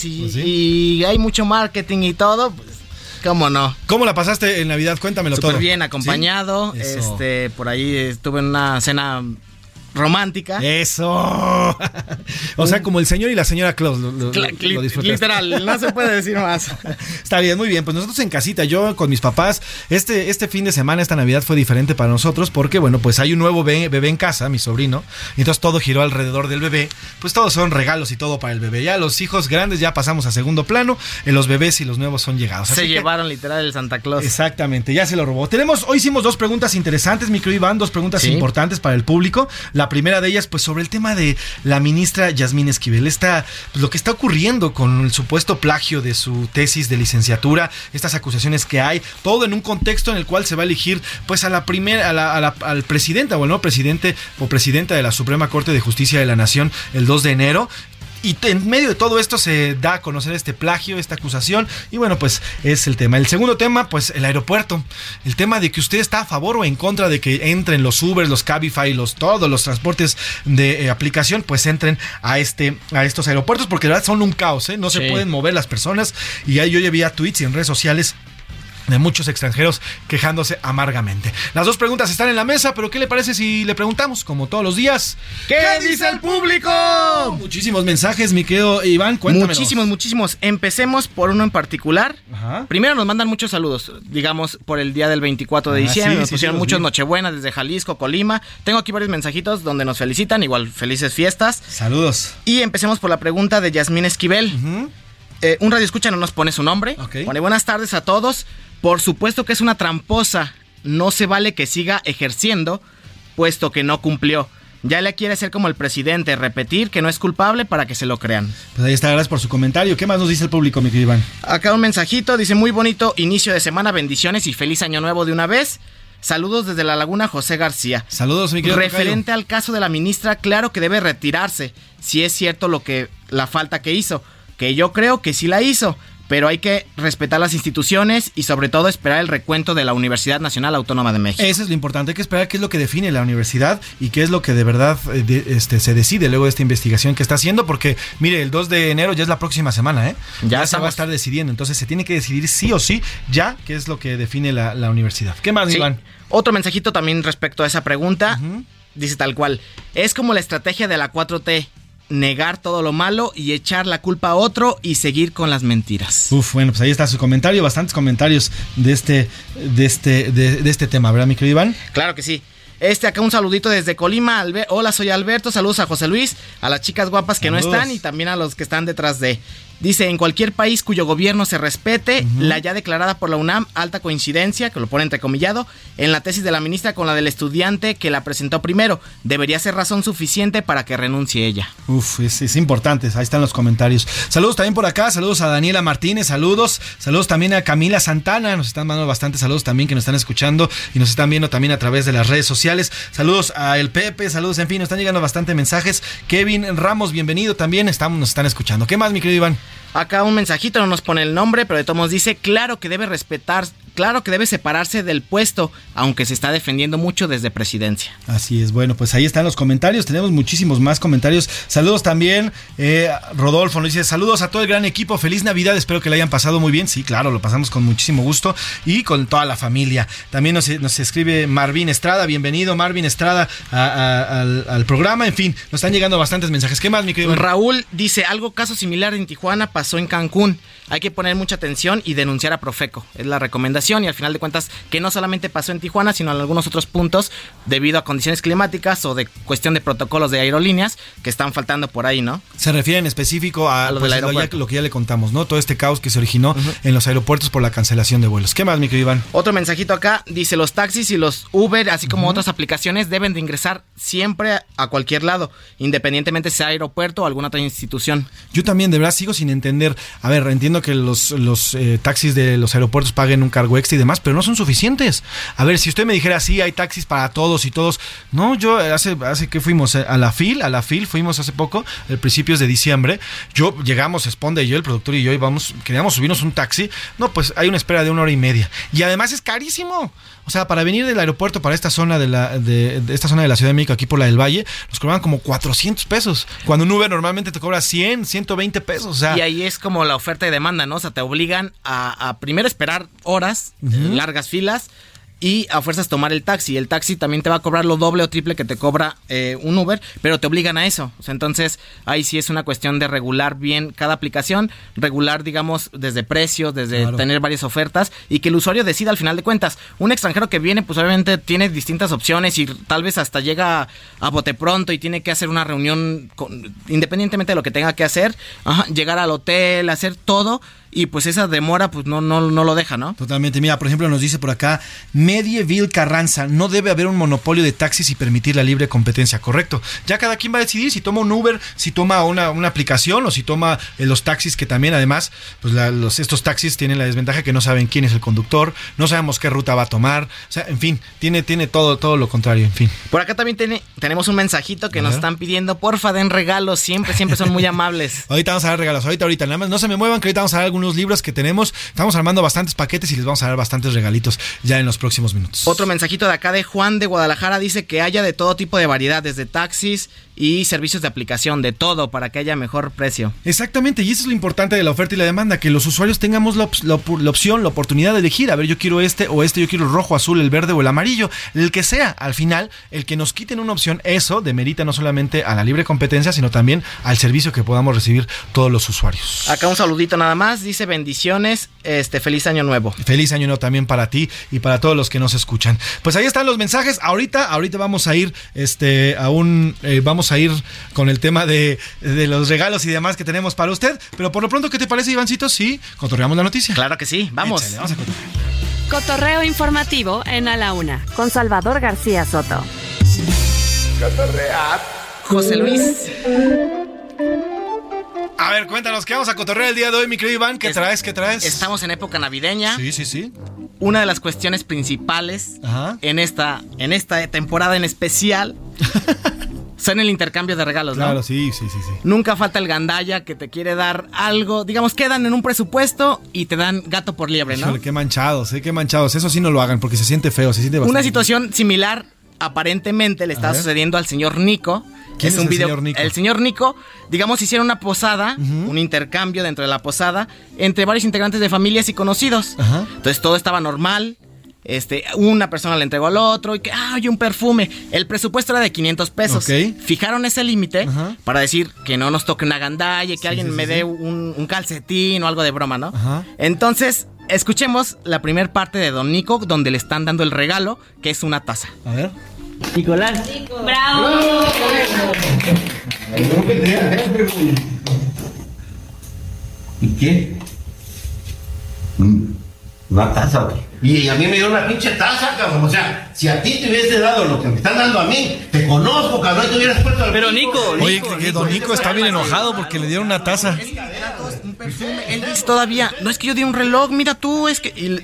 y hay mucho marketing y todo, pues, ¿cómo no? ¿Cómo la pasaste en Navidad? Cuéntamelo todo. Súper bien, acompañado. ¿Sí? Por ahí estuve en una cena romántica. ¡Eso! O sea, como el señor y la señora Claus lo disfrutaste. Literal, no se puede decir más. Está bien, muy bien. Pues nosotros en casita, yo con mis papás, este fin de semana, esta Navidad fue diferente para nosotros porque, bueno, pues hay un nuevo bebé en casa, mi sobrino, y entonces todo giró alrededor del bebé. Pues todos son regalos y todo para el bebé. Ya los hijos grandes ya pasamos a segundo plano, los bebés y los nuevos son llegados. Se llevaron literal el Santa Claus. Exactamente, ya se lo robó. Hoy hicimos 2 preguntas interesantes, mi querido Iván, 2 preguntas importantes para el público. La La primera de ellas, pues sobre el tema de la ministra Yasmín Esquivel, pues, lo que está ocurriendo con el supuesto plagio de su tesis de licenciatura, estas acusaciones que hay, todo en un contexto en el cual se va a elegir pues al presidente o el nuevo presidente o presidenta de la Suprema Corte de Justicia de la Nación el 2 de enero. Y en medio de todo esto se da a conocer este plagio, esta acusación, y bueno, pues es el tema. El segundo tema, pues el aeropuerto. El tema de que usted está a favor o en contra de que entren los Uber, los Cabify, todos los transportes de aplicación, pues entren a estos aeropuertos, porque de verdad son un caos, ¿eh? No se pueden mover las personas. Y ahí yo ya vi tweets y en redes sociales de muchos extranjeros quejándose amargamente. Las dos preguntas están en la mesa, pero ¿qué le parece si le preguntamos, como todos los días, ¿qué dice el público? Muchísimos mensajes, mi querido Iván, cuéntamelos. Muchísimos. Empecemos por uno en particular. Ajá. Primero nos mandan muchos saludos, digamos, por el día del 24 de diciembre. Nos pusieron muchos Nochebuenas desde Jalisco, Colima. Tengo aquí varios mensajitos donde nos felicitan, igual felices fiestas. Saludos. Y empecemos por la pregunta de Yasmín Esquivel. Un radioescucha no nos pone su nombre. Pone buenas tardes a todos. Por supuesto que es una tramposa, no se vale que siga ejerciendo, puesto que no cumplió. Ya le quiere ser como el presidente, repetir que no es culpable para que se lo crean. Pues ahí está, gracias por su comentario. ¿Qué más nos dice el público, mi querido Iván? Acá un mensajito, dice muy bonito inicio de semana, bendiciones y feliz año nuevo de una vez. Saludos desde La Laguna, José García. Saludos, mi querido Referente al caso de la ministra, claro que debe retirarse, si es cierto la falta que hizo, que yo creo que sí la hizo. Pero hay que respetar las instituciones y sobre todo esperar el recuento de la Universidad Nacional Autónoma de México. Eso es lo importante, hay que esperar qué es lo que define la universidad y qué es lo que de verdad se decide luego de esta investigación que está haciendo, porque mire, el 2 de enero ya es la próxima semana, ya se va a estar decidiendo, entonces se tiene que decidir sí o sí ya qué es lo que define la universidad. ¿Qué más, Iván? Otro mensajito también respecto a esa pregunta, dice tal cual, es como la estrategia de la 4T. Negar todo lo malo y echar la culpa a otro y seguir con las mentiras. Bueno, pues ahí está su comentario, bastantes comentarios de este tema, ¿verdad, mi querido Iván? Claro que sí. Acá un saludito desde Colima. Hola, soy Alberto. Saludos a José Luis, a las chicas guapas que no están y también a los que están detrás de. Dice, en cualquier país cuyo gobierno se respete, la ya declarada por la UNAM, alta coincidencia, que lo pone entrecomillado, en la tesis de la ministra con la del estudiante que la presentó primero. Debería ser razón suficiente para que renuncie ella. Es importante, ahí están los comentarios. Saludos también por acá, saludos a Daniela Martínez, saludos también a Camila Santana, nos están mandando bastantes saludos también que nos están escuchando y nos están viendo también a través de las redes sociales. Saludos a El Pepe, saludos, en fin, nos están llegando bastante mensajes. Kevin Ramos, bienvenido también, nos están escuchando. ¿Qué más, mi querido Iván? Acá un mensajito, no nos pone el nombre, pero de todos modos dice, claro que debe separarse del puesto, aunque se está defendiendo mucho desde presidencia. Así es, bueno, pues ahí están los comentarios, tenemos muchísimos más comentarios. Saludos también, Rodolfo nos dice, saludos a todo el gran equipo, feliz Navidad, espero que la hayan pasado muy bien. Sí, claro, lo pasamos con muchísimo gusto y con toda la familia. También nos escribe Marvin Estrada, bienvenido Marvin Estrada al programa, en fin, nos están llegando bastantes mensajes. ¿Qué más, mi querido? Raúl dice, caso similar en Tijuana pasó en Cancún. Hay que poner mucha atención y denunciar a Profeco. Es la recomendación y al final de cuentas que no solamente pasó en Tijuana, sino en algunos otros puntos debido a condiciones climáticas o de cuestión de protocolos de aerolíneas que están faltando por ahí, ¿no? Se refiere en específico a lo que ya le contamos, ¿no? Todo este caos que se originó en los aeropuertos por la cancelación de vuelos. ¿Qué más, mi querido Iván? Otro mensajito acá, dice, los taxis y los Uber, así como otras aplicaciones, deben de ingresar siempre a cualquier lado, independientemente sea aeropuerto o alguna otra institución. Yo también, de verdad, sigo sin entender. A ver, entiendo que los taxis de los aeropuertos paguen un cargo extra y demás, pero no son suficientes. A ver, si usted me dijera, sí, hay taxis para todos y todos. No, yo hace que fuimos a la FIL fuimos hace poco, a principios de diciembre. Llegamos, Esponda y yo, el productor y yo, queríamos subirnos un taxi. No, pues hay una espera de 1 hora y media. Y además es carísimo. O sea, para venir del aeropuerto para esta zona de esta zona de la Ciudad de México, aquí por la del Valle, nos cobraban como 400 pesos. Cuando un Uber normalmente te cobra 100, 120 pesos. O sea, y ahí es como la oferta y demanda, ¿no? O sea, te obligan a primero esperar horas, largas filas, y a fuerzas tomar el taxi. El taxi también te va a cobrar lo doble o triple que te cobra un Uber, pero te obligan a eso. O sea, entonces ahí sí es una cuestión de regular bien cada aplicación, regular, digamos, desde precios, desde tener varias ofertas y que el usuario decida al final de cuentas. Un extranjero que viene, pues obviamente tiene distintas opciones y tal vez hasta llega a bote pronto y tiene que hacer una reunión independientemente de lo que tenga que hacer, llegar al hotel, hacer todo. y pues esa demora pues no lo deja, ¿no? Totalmente. Mira, por ejemplo, nos dice por acá Medieville Carranza, no debe haber un monopolio de taxis y permitir la libre competencia, correcto. Ya cada quien va a decidir si toma un Uber, si toma una aplicación o si toma los taxis, que también además pues estos taxis tienen la desventaja que no saben quién es el conductor, no sabemos qué ruta va a tomar, o sea, en fin, tiene todo lo contrario, en fin. Por acá también tenemos un mensajito que nos están pidiendo, porfa den regalos, siempre son muy amables. Ahorita vamos a dar regalos, ahorita, nada más no se me muevan, que ahorita vamos a dar algunos libros que tenemos, estamos armando bastantes paquetes y les vamos a dar bastantes regalitos ya en los próximos minutos. Otro mensajito de acá de Juan de Guadalajara, dice que haya de todo tipo de variedad, desde taxis y servicios de aplicación, de todo, para que haya mejor precio. Exactamente, y eso es lo importante de la oferta y la demanda, que los usuarios tengamos la opción, la oportunidad de elegir, a ver, yo quiero este o este, yo quiero el rojo, azul, el verde o el amarillo, el que sea. Al final, el que nos quiten una opción, eso demerita no solamente a la libre competencia, sino también al servicio que podamos recibir todos los usuarios. Acá un saludito nada más, dice bendiciones, feliz año nuevo. Feliz año nuevo también para ti y para todos los que nos escuchan. Pues ahí están los mensajes. Ahorita vamos a ir vamos a ir con el tema de los regalos y demás que tenemos para usted, pero por lo pronto, ¿qué te parece, Ivancito? Sí, cotorreamos la noticia. Claro que sí, vamos. Échale, vamos a cotorrear. Cotorreo informativo en A la Una, con Salvador García Soto. Cotorrear. José Luis. A ver, cuéntanos, ¿qué vamos a cotorrear el día de hoy, mi querido Iván? ¿Qué traes? Estamos en época navideña. Sí. Una de las cuestiones principales en esta temporada en especial son el intercambio de regalos, ¿no? Claro, sí. Nunca falta el gandalla que te quiere dar algo, digamos, quedan en un presupuesto y te dan gato por liebre, ¿no? Híjole, qué manchados. Eso sí no lo hagan porque se siente feo, se siente bastante. Una situación similar aparentemente le está sucediendo al señor Nico. ¿Quién es el señor Nico? El señor Nico, digamos, hicieron una posada, un intercambio dentro de la posada entre varios integrantes de familias y conocidos. Entonces todo estaba normal. Una persona le entregó al otro y que, oye, un perfume. El presupuesto era de 500 pesos. Okay. Fijaron ese límite para decir que no nos toque una gandalla, que alguien me dé un calcetín o algo de broma, ¿no? Entonces, escuchemos la primera parte de Don Nico, donde le están dando el regalo, que es una taza. A ver. Nicolás. ¡Bravo! ¿Y qué? Una taza, güey. Y a mí me dio una pinche taza, cabrón. O sea, si a ti te hubiese dado lo que me están dando a mí, te conozco, cabrón, y te hubieras puesto al... Pero Nico, oye, que Don Nico está bien enojado porque le dieron una taza. Un perfume. Él dice todavía, no es que yo di un reloj, mira tú, es que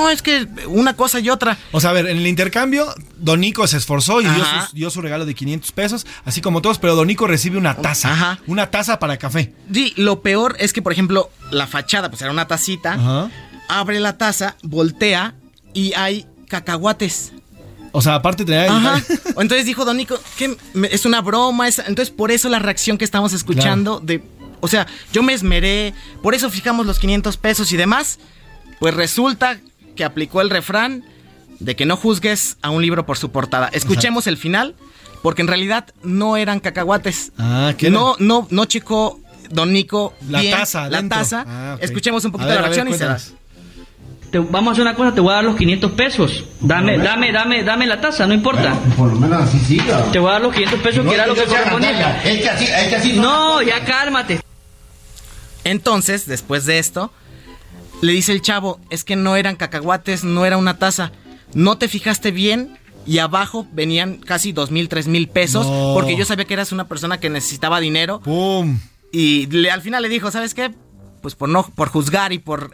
una cosa y otra. O sea, a ver, en el intercambio, Don Nico se esforzó y dio su regalo de 500 pesos, así como todos, pero Don Nico recibe una taza. Una taza para café. Sí, lo peor es que, por ejemplo, la fachada, pues era una tacita. Abre la taza, voltea y hay cacahuates. O sea, aparte tenía... Entonces dijo Don Nico, que es una broma. Entonces por eso la reacción que estamos escuchando o sea, yo me esmeré, por eso fijamos los 500 pesos y demás. Pues resulta que aplicó el refrán de que no juzgues a un libro por su portada. Escuchemos el final, porque en realidad no eran cacahuates. No checó Don Nico bien la taza. Escuchemos un poquito la reacción y se das. Vamos a hacer una cosa, te voy a dar los 500 pesos. Dame la taza, no importa. Por lo menos así siga. Te voy a dar los 500 pesos, que era lo que correspondía. Es que así no, ya cálmate. Entonces, después de esto, le dice el chavo, es que no eran cacahuates, no era una taza. No te fijaste bien y abajo venían casi 2,000, 3,000 pesos. No. Porque yo sabía que eras una persona que necesitaba dinero. ¡Pum! Y al final le dijo, ¿sabes qué? Pues por juzgar y por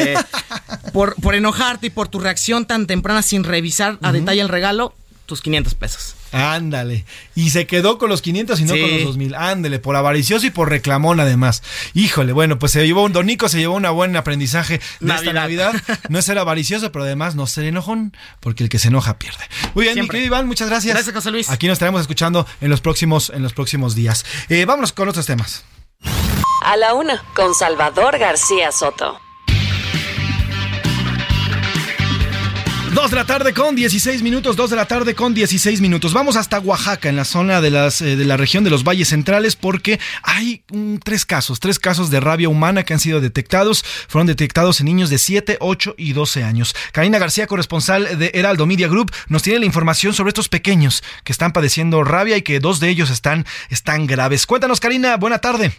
enojarte y por tu reacción tan temprana sin revisar a detalle el regalo, tus 500 pesos. Ándale. Y se quedó con los 500 y no con los 2,000. Ándale, por avaricioso y por reclamón además. Híjole, bueno, pues Don Nico se llevó un buen aprendizaje de esta Navidad. No es ser avaricioso, pero además no ser enojón, porque el que se enoja pierde. Muy bien, mi querido Iván, muchas gracias. Gracias, José Luis. Aquí nos estaremos escuchando en los próximos días. Vámonos con otros temas. A la Una, con Salvador García Soto. 2 de la tarde con 16 minutos. Vamos hasta Oaxaca, en la zona de la región de los valles centrales, porque hay tres casos de rabia humana que han sido detectados. Fueron detectados en niños de 7, 8 y 12 años. Karina García, corresponsal de Heraldo Media Group, nos tiene la información sobre estos pequeños que están padeciendo rabia y que 2 de ellos están graves. Cuéntanos, Karina, buena tarde.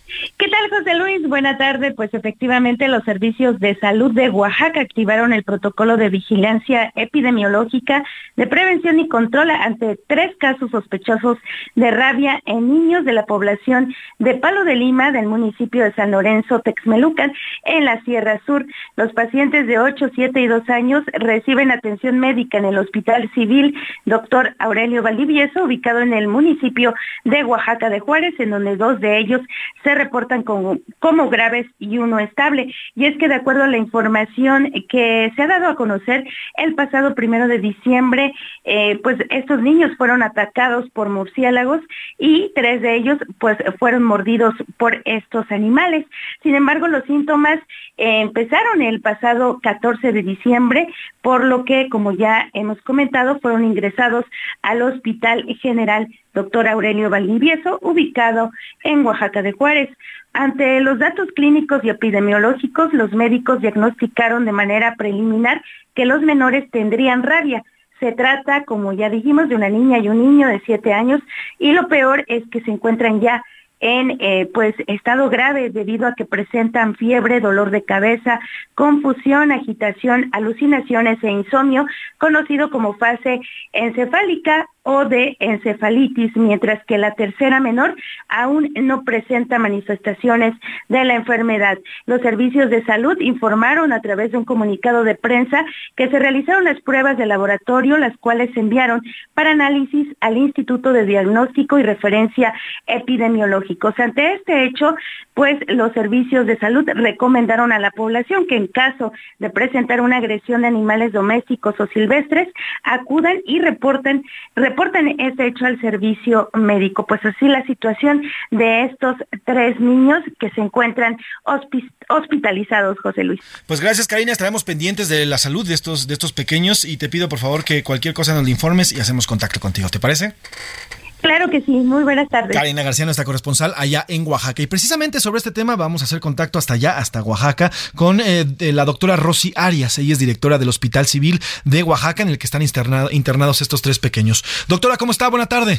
¿Qué tal, José Luis? Buena tarde. Pues efectivamente los servicios de salud de Oaxaca activaron el protocolo de vigilancia epidemiológica de prevención y control ante 3 casos sospechosos de rabia en niños de la población de Palo de Lima del municipio de San Lorenzo, Texmelucan, en la Sierra Sur. Los pacientes de 8, 7 y 2 años reciben atención médica en el Hospital Civil Dr. Aurelio Valdivieso, ubicado en el municipio de Oaxaca de Juárez, en donde 2 de ellos se reportan como graves y 1 estable. Y es que de acuerdo a la información que se ha dado a conocer el pasado 1 de diciembre, pues estos niños fueron atacados por murciélagos y 3 de ellos pues fueron mordidos por estos animales. Sin embargo, los síntomas empezaron el pasado 14 de diciembre, por lo que, como ya hemos comentado, fueron ingresados al Hospital General Dr. Aurelio Valdivieso, ubicado en Oaxaca de Juárez. Ante los datos clínicos y epidemiológicos, los médicos diagnosticaron de manera preliminar que los menores tendrían rabia. Se trata, como ya dijimos, de una niña y un niño de 7 años, y lo peor es que se encuentran ya en pues estado grave debido a que presentan fiebre, dolor de cabeza, confusión, agitación, alucinaciones e insomnio, conocido como fase encefálica o de encefalitis, mientras que la tercera menor aún no presenta manifestaciones de la enfermedad. Los servicios de salud informaron a través de un comunicado de prensa que se realizaron las pruebas de laboratorio, las cuales se enviaron para análisis al Instituto de Diagnóstico y Referencia Epidemiológicos. Ante este hecho, pues los servicios de salud recomendaron a la población que en caso de presentar una agresión de animales domésticos o silvestres, acudan y reporten este hecho al servicio médico. Pues así la situación de estos 3 niños que se encuentran hospitalizados, José Luis. Pues gracias, Karina, estaremos pendientes de la salud de estos pequeños y te pido por favor que cualquier cosa nos lo informes y hacemos contacto contigo, ¿te parece? Claro que sí, muy buenas tardes. Karina García, nuestra corresponsal allá en Oaxaca. Y precisamente sobre este tema vamos a hacer contacto hasta allá, hasta Oaxaca, con la doctora Rosy Arias. Ella es directora del Hospital Civil de Oaxaca, en el que están internados estos 3 pequeños. Doctora, ¿cómo está? Buena tarde.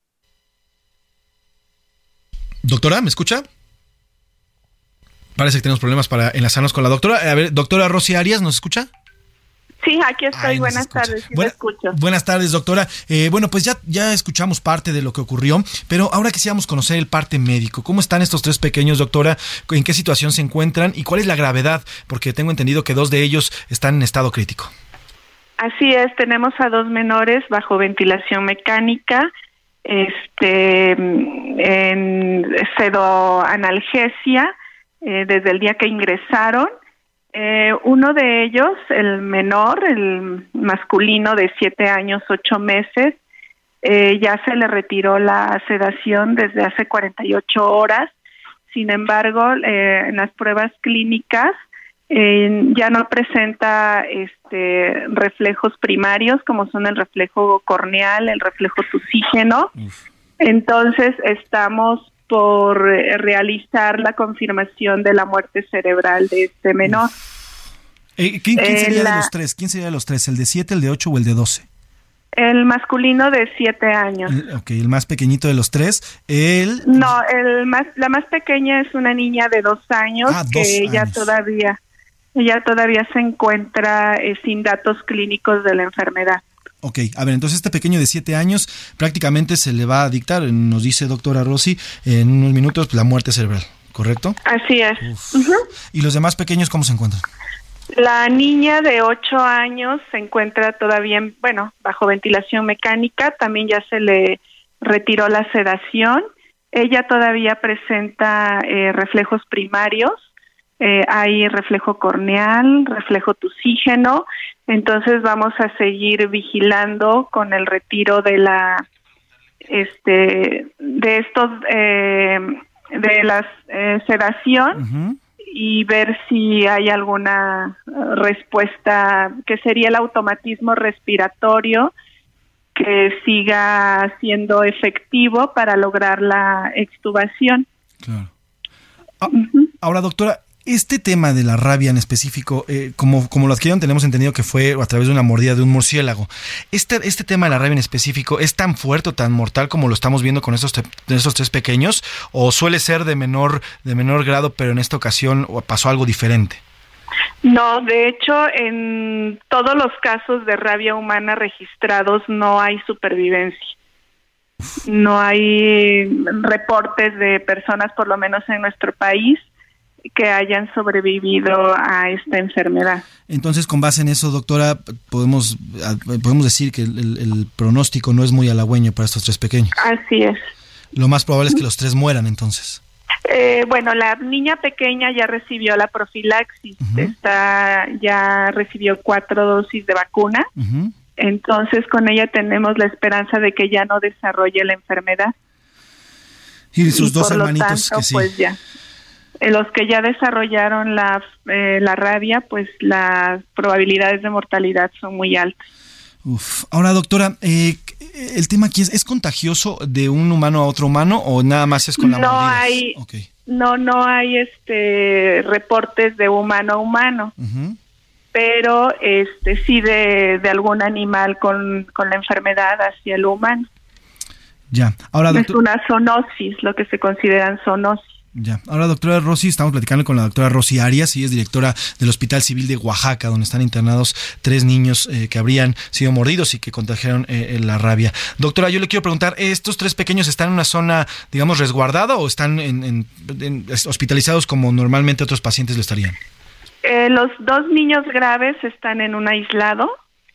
Doctora, ¿me escucha? Parece que tenemos problemas para enlazarnos con la doctora. A ver, doctora Rosy Arias, ¿nos escucha? Sí, aquí estoy. Buenas tardes. Sí, escucho. Buenas tardes, doctora. Bueno, pues ya escuchamos parte de lo que ocurrió, pero ahora quisiéramos conocer el parte médico. ¿Cómo están estos 3 pequeños, doctora? ¿En qué situación se encuentran? ¿Y cuál es la gravedad? Porque tengo entendido que 2 de ellos están en estado crítico. Así es, tenemos a 2 menores bajo ventilación mecánica, en pseudoanalgesia, desde el día que ingresaron. Uno de ellos, el menor, el masculino de 7 años, 8 meses, ya se le retiró la sedación desde hace 48 horas. Sin embargo, en las pruebas clínicas ya no presenta reflejos primarios como son el reflejo corneal, el reflejo tusígeno. Entonces estamos por realizar la confirmación de la muerte cerebral de este menor. ¿Quién sería de los 3? ¿Quién sería de los 3? ¿El de 7, el de 8 o el de 12? El masculino de 7 años. El más pequeñito de los 3. No, la más pequeña es una niña de 2 años que ella todavía se encuentra sin datos clínicos de la enfermedad. Ok, a ver, entonces este pequeño de 7 años prácticamente se le va a dictar, nos dice doctora Rosy, en unos minutos la muerte cerebral, ¿correcto? Así es. ¿Y los demás pequeños cómo se encuentran? La niña de 8 años se encuentra todavía, bajo ventilación mecánica, también ya se le retiró la sedación. Ella todavía presenta reflejos primarios. Hay reflejo corneal, reflejo tusígeno, entonces vamos a seguir vigilando con el retiro de la sedación y ver si hay alguna respuesta que sería el automatismo respiratorio que siga siendo efectivo para lograr la extubación. Claro. Ahora, doctora, Este tema de la rabia en específico, como lo adquirieron, tenemos entendido que fue a través de una mordida de un murciélago. Este tema de la rabia en específico, ¿es tan fuerte o tan mortal como lo estamos viendo con estos 3 pequeños? ¿O suele ser de menor grado, pero en esta ocasión pasó algo diferente? No, de hecho, en todos los casos de rabia humana registrados no hay supervivencia. No hay reportes de personas, por lo menos en nuestro país, que hayan sobrevivido a esta enfermedad. Entonces, con base en eso, doctora, podemos decir que el pronóstico no es muy halagüeño para estos 3 pequeños. Así es. Lo más probable es que los 3 mueran, entonces. Bueno, la niña pequeña ya recibió la profilaxis, ya recibió 4 dosis de vacuna, entonces con ella tenemos la esperanza de que ya no desarrolle la enfermedad. Y sus 2 hermanitos lo tanto, que sí. Pues ya. Los que ya desarrollaron la rabia, pues las probabilidades de mortalidad son muy altas. Ahora, doctora, el tema aquí ¿es contagioso de un humano a otro humano o nada más es con la mordida? No hay reportes de humano a humano, pero sí de algún animal con la enfermedad hacia el humano. Ya. Ahora, es una zoonosis, lo que se consideran zoonosis. Ya. Ahora, doctora Rosy, estamos platicando con la doctora Rosy Arias, ella es directora del Hospital Civil de Oaxaca, donde están internados 3 niños que habrían sido mordidos y que contagiaron la rabia. Doctora, yo le quiero preguntar, ¿estos 3 pequeños están en una zona, digamos, resguardada o están hospitalizados como normalmente otros pacientes lo estarían? Los 2 niños graves están en un aislado,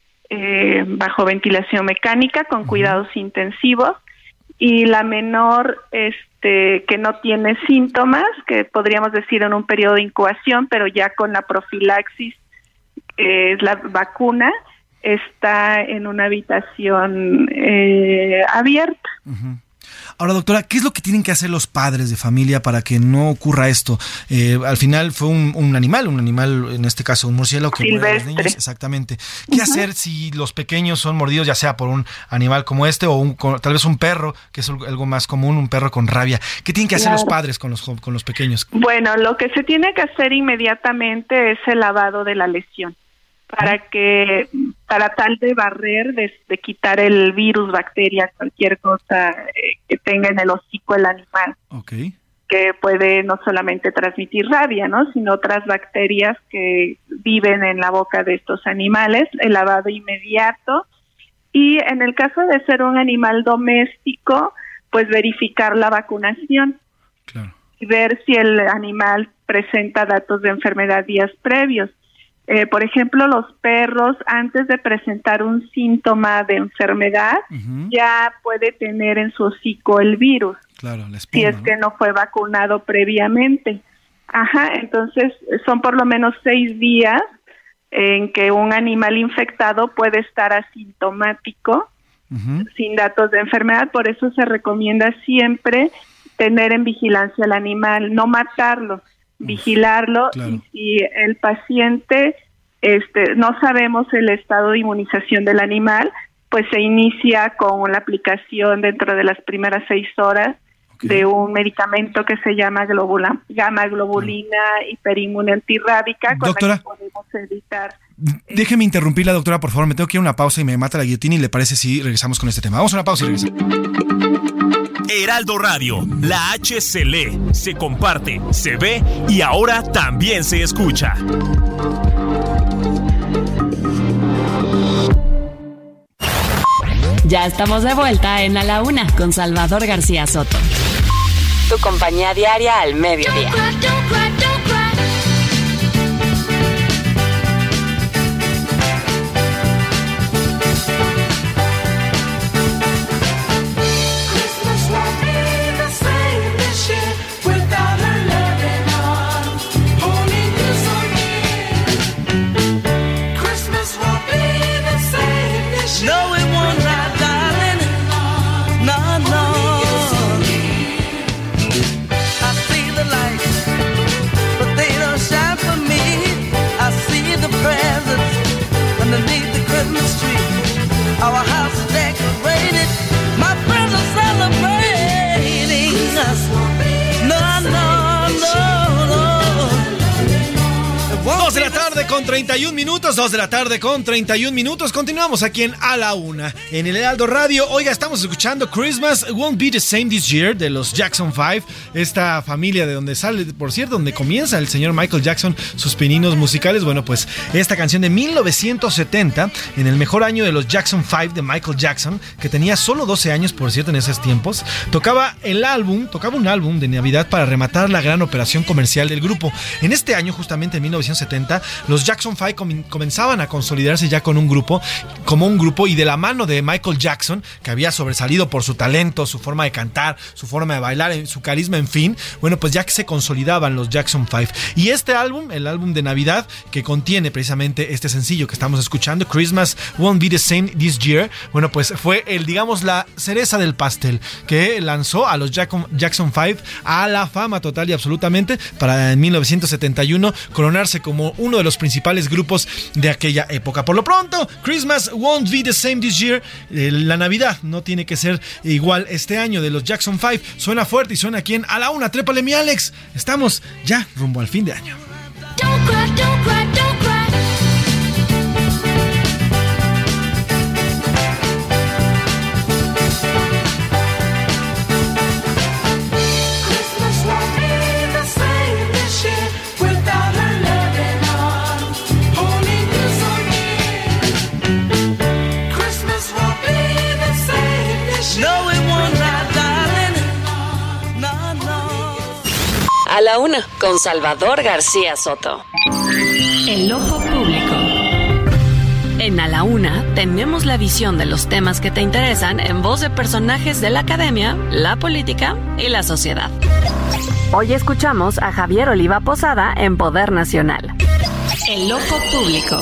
bajo ventilación mecánica, con cuidados intensivos, y la menor que no tiene síntomas, que podríamos decir en un periodo de incubación, pero ya con la profilaxis, es la vacuna, está en una habitación abierta. Ahora, doctora, ¿qué es lo que tienen que hacer los padres de familia para que no ocurra esto? Al final fue un animal, en este caso un murciélago que muere a los niños. Exactamente. ¿Qué hacer si los pequeños son mordidos, ya sea por un animal como este o tal vez un perro, que es algo más común, un perro con rabia? ¿Qué tienen que hacer los padres con los pequeños? Bueno, lo que se tiene que hacer inmediatamente es el lavado de la lesión. Para tal de barrer, de quitar el virus, bacteria, cualquier cosa que tenga en el hocico el animal, que puede no solamente transmitir rabia, ¿no?, sino otras bacterias que viven en la boca de estos animales, el lavado inmediato, y en el caso de ser un animal doméstico, pues verificar la vacunación. Claro. Y ver si el animal presenta datos de enfermedad días previos. Por ejemplo, los perros, antes de presentar un síntoma de enfermedad, ya puede tener en su hocico el virus, la espuma, si es que no fue vacunado previamente. Entonces son por lo menos 6 días en que un animal infectado puede estar asintomático, sin datos de enfermedad. Por eso se recomienda siempre tener en vigilancia al animal, no matarlo, vigilarlo. Y si el paciente no sabemos el estado de inmunización del animal, pues se inicia con la aplicación dentro de las primeras 6 horas de un medicamento que se llama gamma globulina hiperinmune antirrábica, con doctora, la que podemos evitar. Déjeme interrumpirla, doctora, por favor, me tengo que ir a una pausa y me mata la guillotina, y le parece si regresamos con este tema. Vamos a una pausa y regresamos. Heraldo Radio, la H se lee, se comparte, se ve y ahora también se escucha. Ya estamos de vuelta en A la Una con Salvador García Soto. Tu compañía diaria al mediodía. 31 minutos, 2 de la tarde con 31 minutos. Continuamos aquí en A la Una, en el Heraldo Radio. Oiga, estamos escuchando Christmas Won't Be the Same This Year de los Jackson 5. Esta familia de donde sale, por cierto, donde comienza el señor Michael Jackson sus pininos musicales. Bueno, pues esta canción de 1970, en el mejor año de los Jackson 5 de Michael Jackson, que tenía solo 12 años, por cierto, en esos tiempos, tocaba un álbum de Navidad para rematar la gran operación comercial del grupo. En este año, justamente en 1970, los Jackson 5 comenzaban a consolidarse ya como un grupo, y de la mano de Michael Jackson, que había sobresalido por su talento, su forma de cantar, su forma de bailar, su carisma, en fin, bueno, pues ya que se consolidaban los Jackson 5. Y este álbum, el álbum de Navidad, que contiene precisamente este sencillo que estamos escuchando, Christmas Won't Be the Same This Year, bueno, pues fue la cereza del pastel que lanzó a los Jackson 5 a la fama total y absolutamente, para en 1971 coronarse como uno de los principales grupos de aquella época. Por lo pronto, Christmas Won't Be the Same This Year, la Navidad no tiene que ser igual este año, de los Jackson 5. Suena fuerte y suena aquí en A la Una. Trépale, mi Alex. Estamos ya rumbo al fin de año. Don't cry, don't cry, don't cry. A la Una, con Salvador García Soto. El ojo público. En A la Una tenemos la visión de los temas que te interesan en voz de personajes de la academia, la política y la sociedad. Hoy escuchamos a Javier Oliva Posada en Poder Nacional. El ojo público.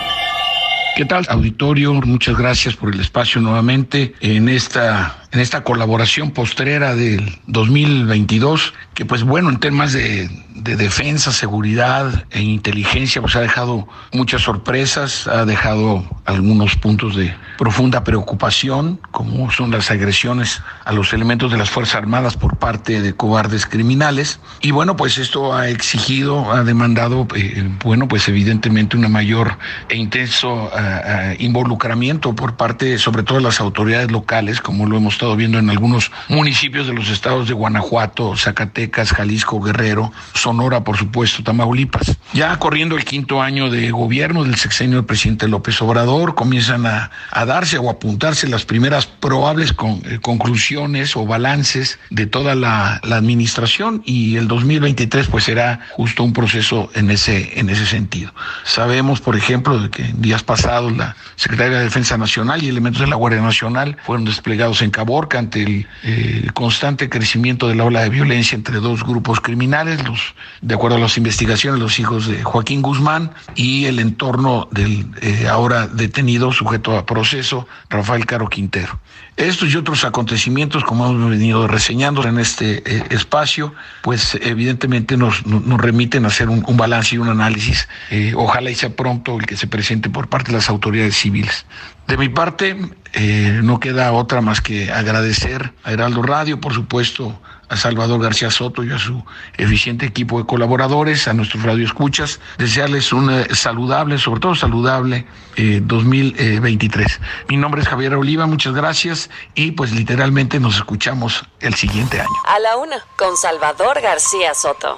¿Qué tal, auditorio? Muchas gracias por el espacio nuevamente en esta colaboración postrera del 2022, que pues bueno, en temas de defensa, seguridad e inteligencia, pues ha dejado muchas sorpresas, ha dejado algunos puntos de profunda preocupación, como son las agresiones a los elementos de las Fuerzas Armadas por parte de cobardes criminales. Y bueno, pues esto ha demandado, pues evidentemente una mayor e intenso involucramiento por parte, sobre todo de las autoridades locales, como lo hemos estado viendo en algunos municipios de los estados de Guanajuato, Zacatecas, Jalisco, Guerrero, Sonora, por supuesto, Tamaulipas. Ya corriendo el 5º año de gobierno del sexenio del presidente López Obrador, comienzan a darse o apuntarse las primeras probables conclusiones o balances de toda la administración, y el 2023 pues será justo un proceso en ese sentido. Sabemos, por ejemplo, de que en días pasados la Secretaría de Defensa Nacional y elementos de la Guardia Nacional fueron desplegados en Caborca ante el constante crecimiento de la ola de violencia entre dos grupos criminales, de acuerdo a las investigaciones, los hijos de Joaquín Guzmán y el entorno del ahora detenido, sujeto a proceso, Rafael Caro Quintero. Estos y otros acontecimientos, como hemos venido reseñando en este espacio, pues evidentemente nos remiten a hacer un balance y un análisis. Ojalá y sea pronto el que se presente por parte de las autoridades civiles. De mi parte, no queda otra más que agradecer a Heraldo Radio, por supuesto, a Salvador García Soto y a su eficiente equipo de colaboradores, a nuestros radioescuchas, desearles un sobre todo saludable 2023. Mi nombre es Javier Oliva, muchas gracias, y pues literalmente nos escuchamos el siguiente año. A la Una, con Salvador García Soto.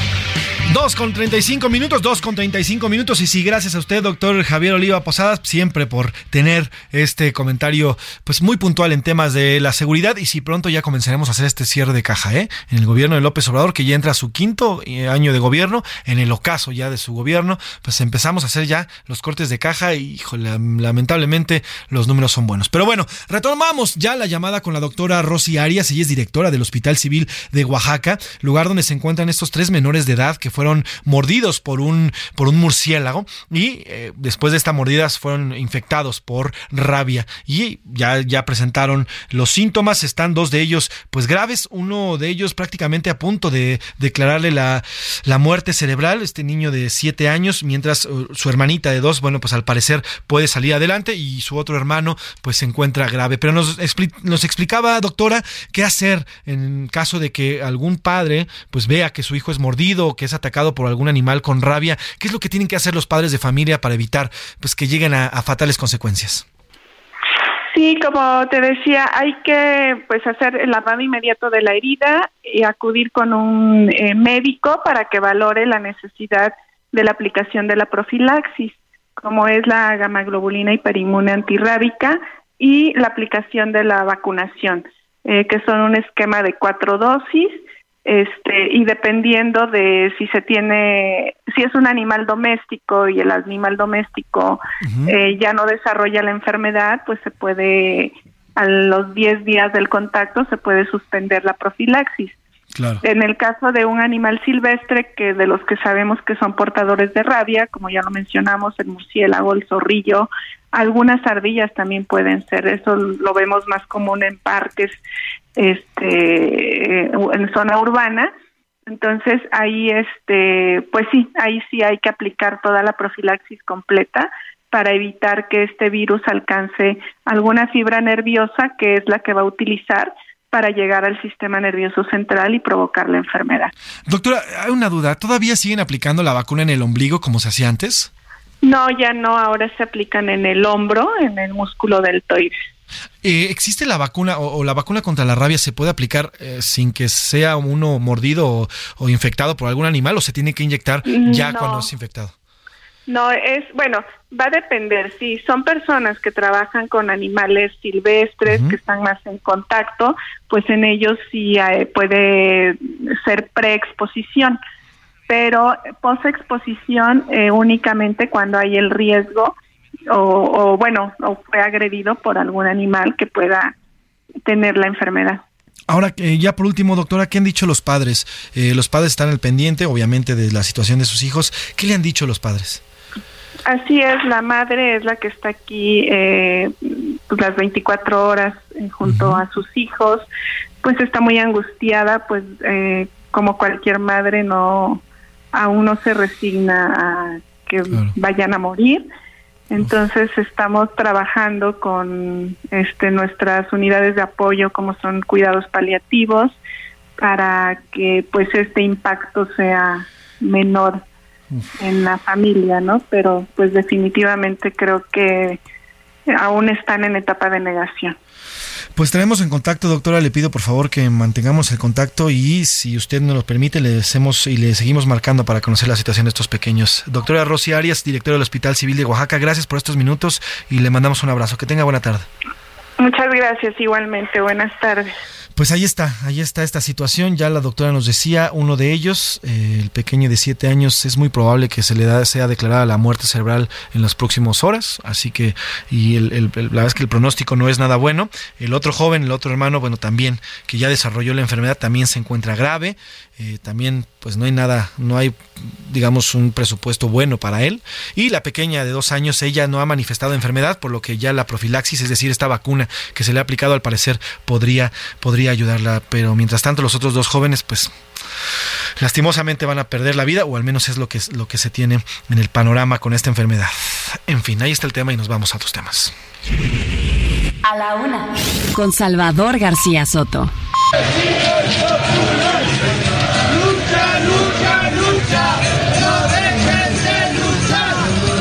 2:35 minutos, y sí, gracias a usted, doctor Javier Oliva Posadas, siempre por tener este comentario pues muy puntual en temas de la seguridad. Y sí, pronto ya comenzaremos a hacer este cierre de caja, en el gobierno de López Obrador, que ya entra a su 5º año de gobierno, en el ocaso ya de su gobierno, pues empezamos a hacer ya los cortes de caja y, híjole, lamentablemente los números son buenos. Pero bueno, retomamos ya la llamada con la doctora Rosy Arias. Ella es directora del Hospital Civil de Oaxaca, lugar donde se encuentran estos 3 menores de edad que fueron mordidos por un murciélago, y después de esta mordida fueron infectados por rabia, y ya presentaron los síntomas. Están 2 de ellos pues graves, uno de ellos prácticamente a punto de declararle la muerte cerebral, este niño de 7 años, mientras su hermanita de 2, bueno, pues al parecer puede salir adelante, y su otro hermano pues se encuentra grave. Pero nos explicaba, doctora, qué hacer en caso de que algún padre pues vea que su hijo es mordido o que es atacado atacado por algún animal con rabia, ¿qué es lo que tienen que hacer los padres de familia para evitar pues que lleguen a fatales consecuencias? Sí, como te decía, hay que pues hacer el lavado inmediato de la herida y acudir con un médico para que valore la necesidad de la aplicación de la profilaxis, como es la gamaglobulina hiperinmune antirrábica y la aplicación de la vacunación, que son un esquema de 4 dosis, y dependiendo de si es un animal doméstico y el animal doméstico ya no desarrolla la enfermedad, pues se puede, a los 10 días del contacto, se puede suspender la profilaxis. Claro. En el caso de un animal silvestre, que de los que sabemos que son portadores de rabia, como ya lo mencionamos, el murciélago, el zorrillo, algunas ardillas también pueden ser, eso lo vemos más común en parques, en zona urbana. Entonces ahí pues sí, ahí sí hay que aplicar toda la profilaxis completa para evitar que este virus alcance alguna fibra nerviosa, que es la que va a utilizar para llegar al sistema nervioso central y provocar la enfermedad. Doctora, hay una duda, ¿todavía siguen aplicando la vacuna en el ombligo como se hacía antes? No, ya no, ahora se aplican en el hombro, en el músculo deltoides. ¿Existe la vacuna o la vacuna contra la rabia se puede aplicar sin que sea uno mordido o infectado por algún animal, o se tiene que inyectar ya cuando es infectado? No, va a depender. Si son personas que trabajan con animales silvestres, que están más en contacto, pues en ellos sí puede ser preexposición, pero posexposición únicamente cuando hay el riesgo o fue agredido por algún animal que pueda tener la enfermedad. Ahora, ya por último, doctora, ¿qué han dicho los padres? Los padres están al pendiente, obviamente, de la situación de sus hijos. ¿Qué le han dicho los padres? Así es, la madre es la que está aquí pues las 24 horas junto a sus hijos, pues está muy angustiada, pues como cualquier madre aún no se resigna a que vayan a morir. Entonces estamos trabajando con nuestras unidades de apoyo, como son cuidados paliativos, para que pues este impacto sea menor en la familia, ¿no? Pero pues definitivamente creo que aún están en etapa de negación. Pues traemos en contacto, doctora, le pido por favor que mantengamos el contacto y si usted nos lo permite le seguimos marcando para conocer la situación de estos pequeños. Doctora Rosy Arias, directora del Hospital Civil de Oaxaca, gracias por estos minutos y le mandamos un abrazo. Que tenga buena tarde. Muchas gracias, igualmente. Buenas tardes. Pues ahí está esta situación. Ya la doctora nos decía, uno de ellos, el pequeño de 7 años, es muy probable que sea declarada la muerte cerebral en las próximas horas, así que, y la verdad es que el pronóstico no es nada bueno. El otro joven, el otro hermano, bueno, también, que ya desarrolló la enfermedad, también se encuentra grave. También pues no hay digamos un presupuesto bueno para él, y la pequeña de 2 años, ella no ha manifestado enfermedad, por lo que ya la profilaxis, es decir, esta vacuna que se le ha aplicado, al parecer podría ayudarla, pero mientras tanto los otros 2 jóvenes pues lastimosamente van a perder la vida, o al menos es lo que se tiene en el panorama con esta enfermedad. En fin, ahí está el tema y nos vamos a otros temas. A la una, con Salvador García Soto. Lucha, lucha, lucha, no dejes de luchar.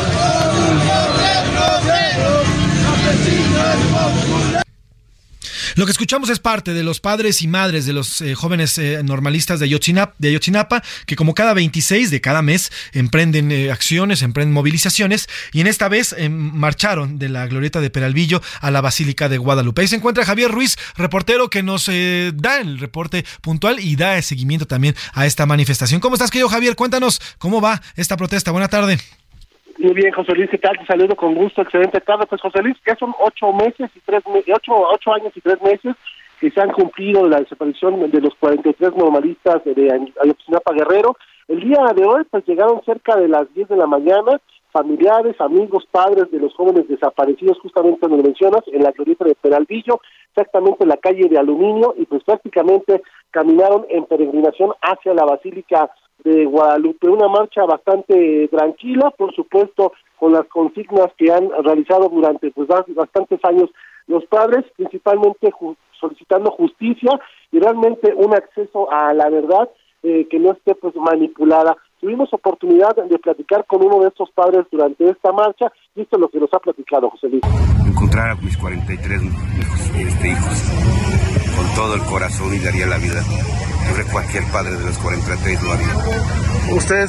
Lo que escuchamos es parte de los padres y madres de los jóvenes normalistas de Ayotzinapa, que como cada 26 de cada mes emprenden acciones, emprenden movilizaciones, y en esta vez marcharon de la glorieta de Peralvillo a la Basílica de Guadalupe. Ahí se encuentra Javier Ruiz, reportero, que nos da el reporte puntual y da seguimiento también a esta manifestación. ¿Cómo estás, querido Javier? Cuéntanos cómo va esta protesta. Buena tarde. Muy bien, José Luis, ¿qué tal? Te saludo con gusto, excelente tarde. Pues, José Luis, que son 8 años y 3 meses que se han cumplido de la desaparición de los 43 normalistas de Ayotzinapa Guerrero. El día de hoy, pues, llegaron cerca de las 10 de la mañana, familiares, amigos, padres de los jóvenes desaparecidos, justamente donde lo mencionas, en la glorieta de Peralvillo, exactamente en la calle de Aluminio, y pues prácticamente caminaron en peregrinación hacia la Basílica de Guadalupe. Una marcha bastante tranquila, por supuesto, con las consignas que han realizado durante pues bastantes años los padres, principalmente solicitando justicia y realmente un acceso a la verdad que no esté pues manipulada. Tuvimos oportunidad de platicar con uno de estos padres durante esta marcha y esto es lo que nos ha platicado José Luis. Encontrar a mis 43 hijos con todo el corazón y daría la vida. Yo creo que cualquier padre de los 43 lo haría. Ustedes,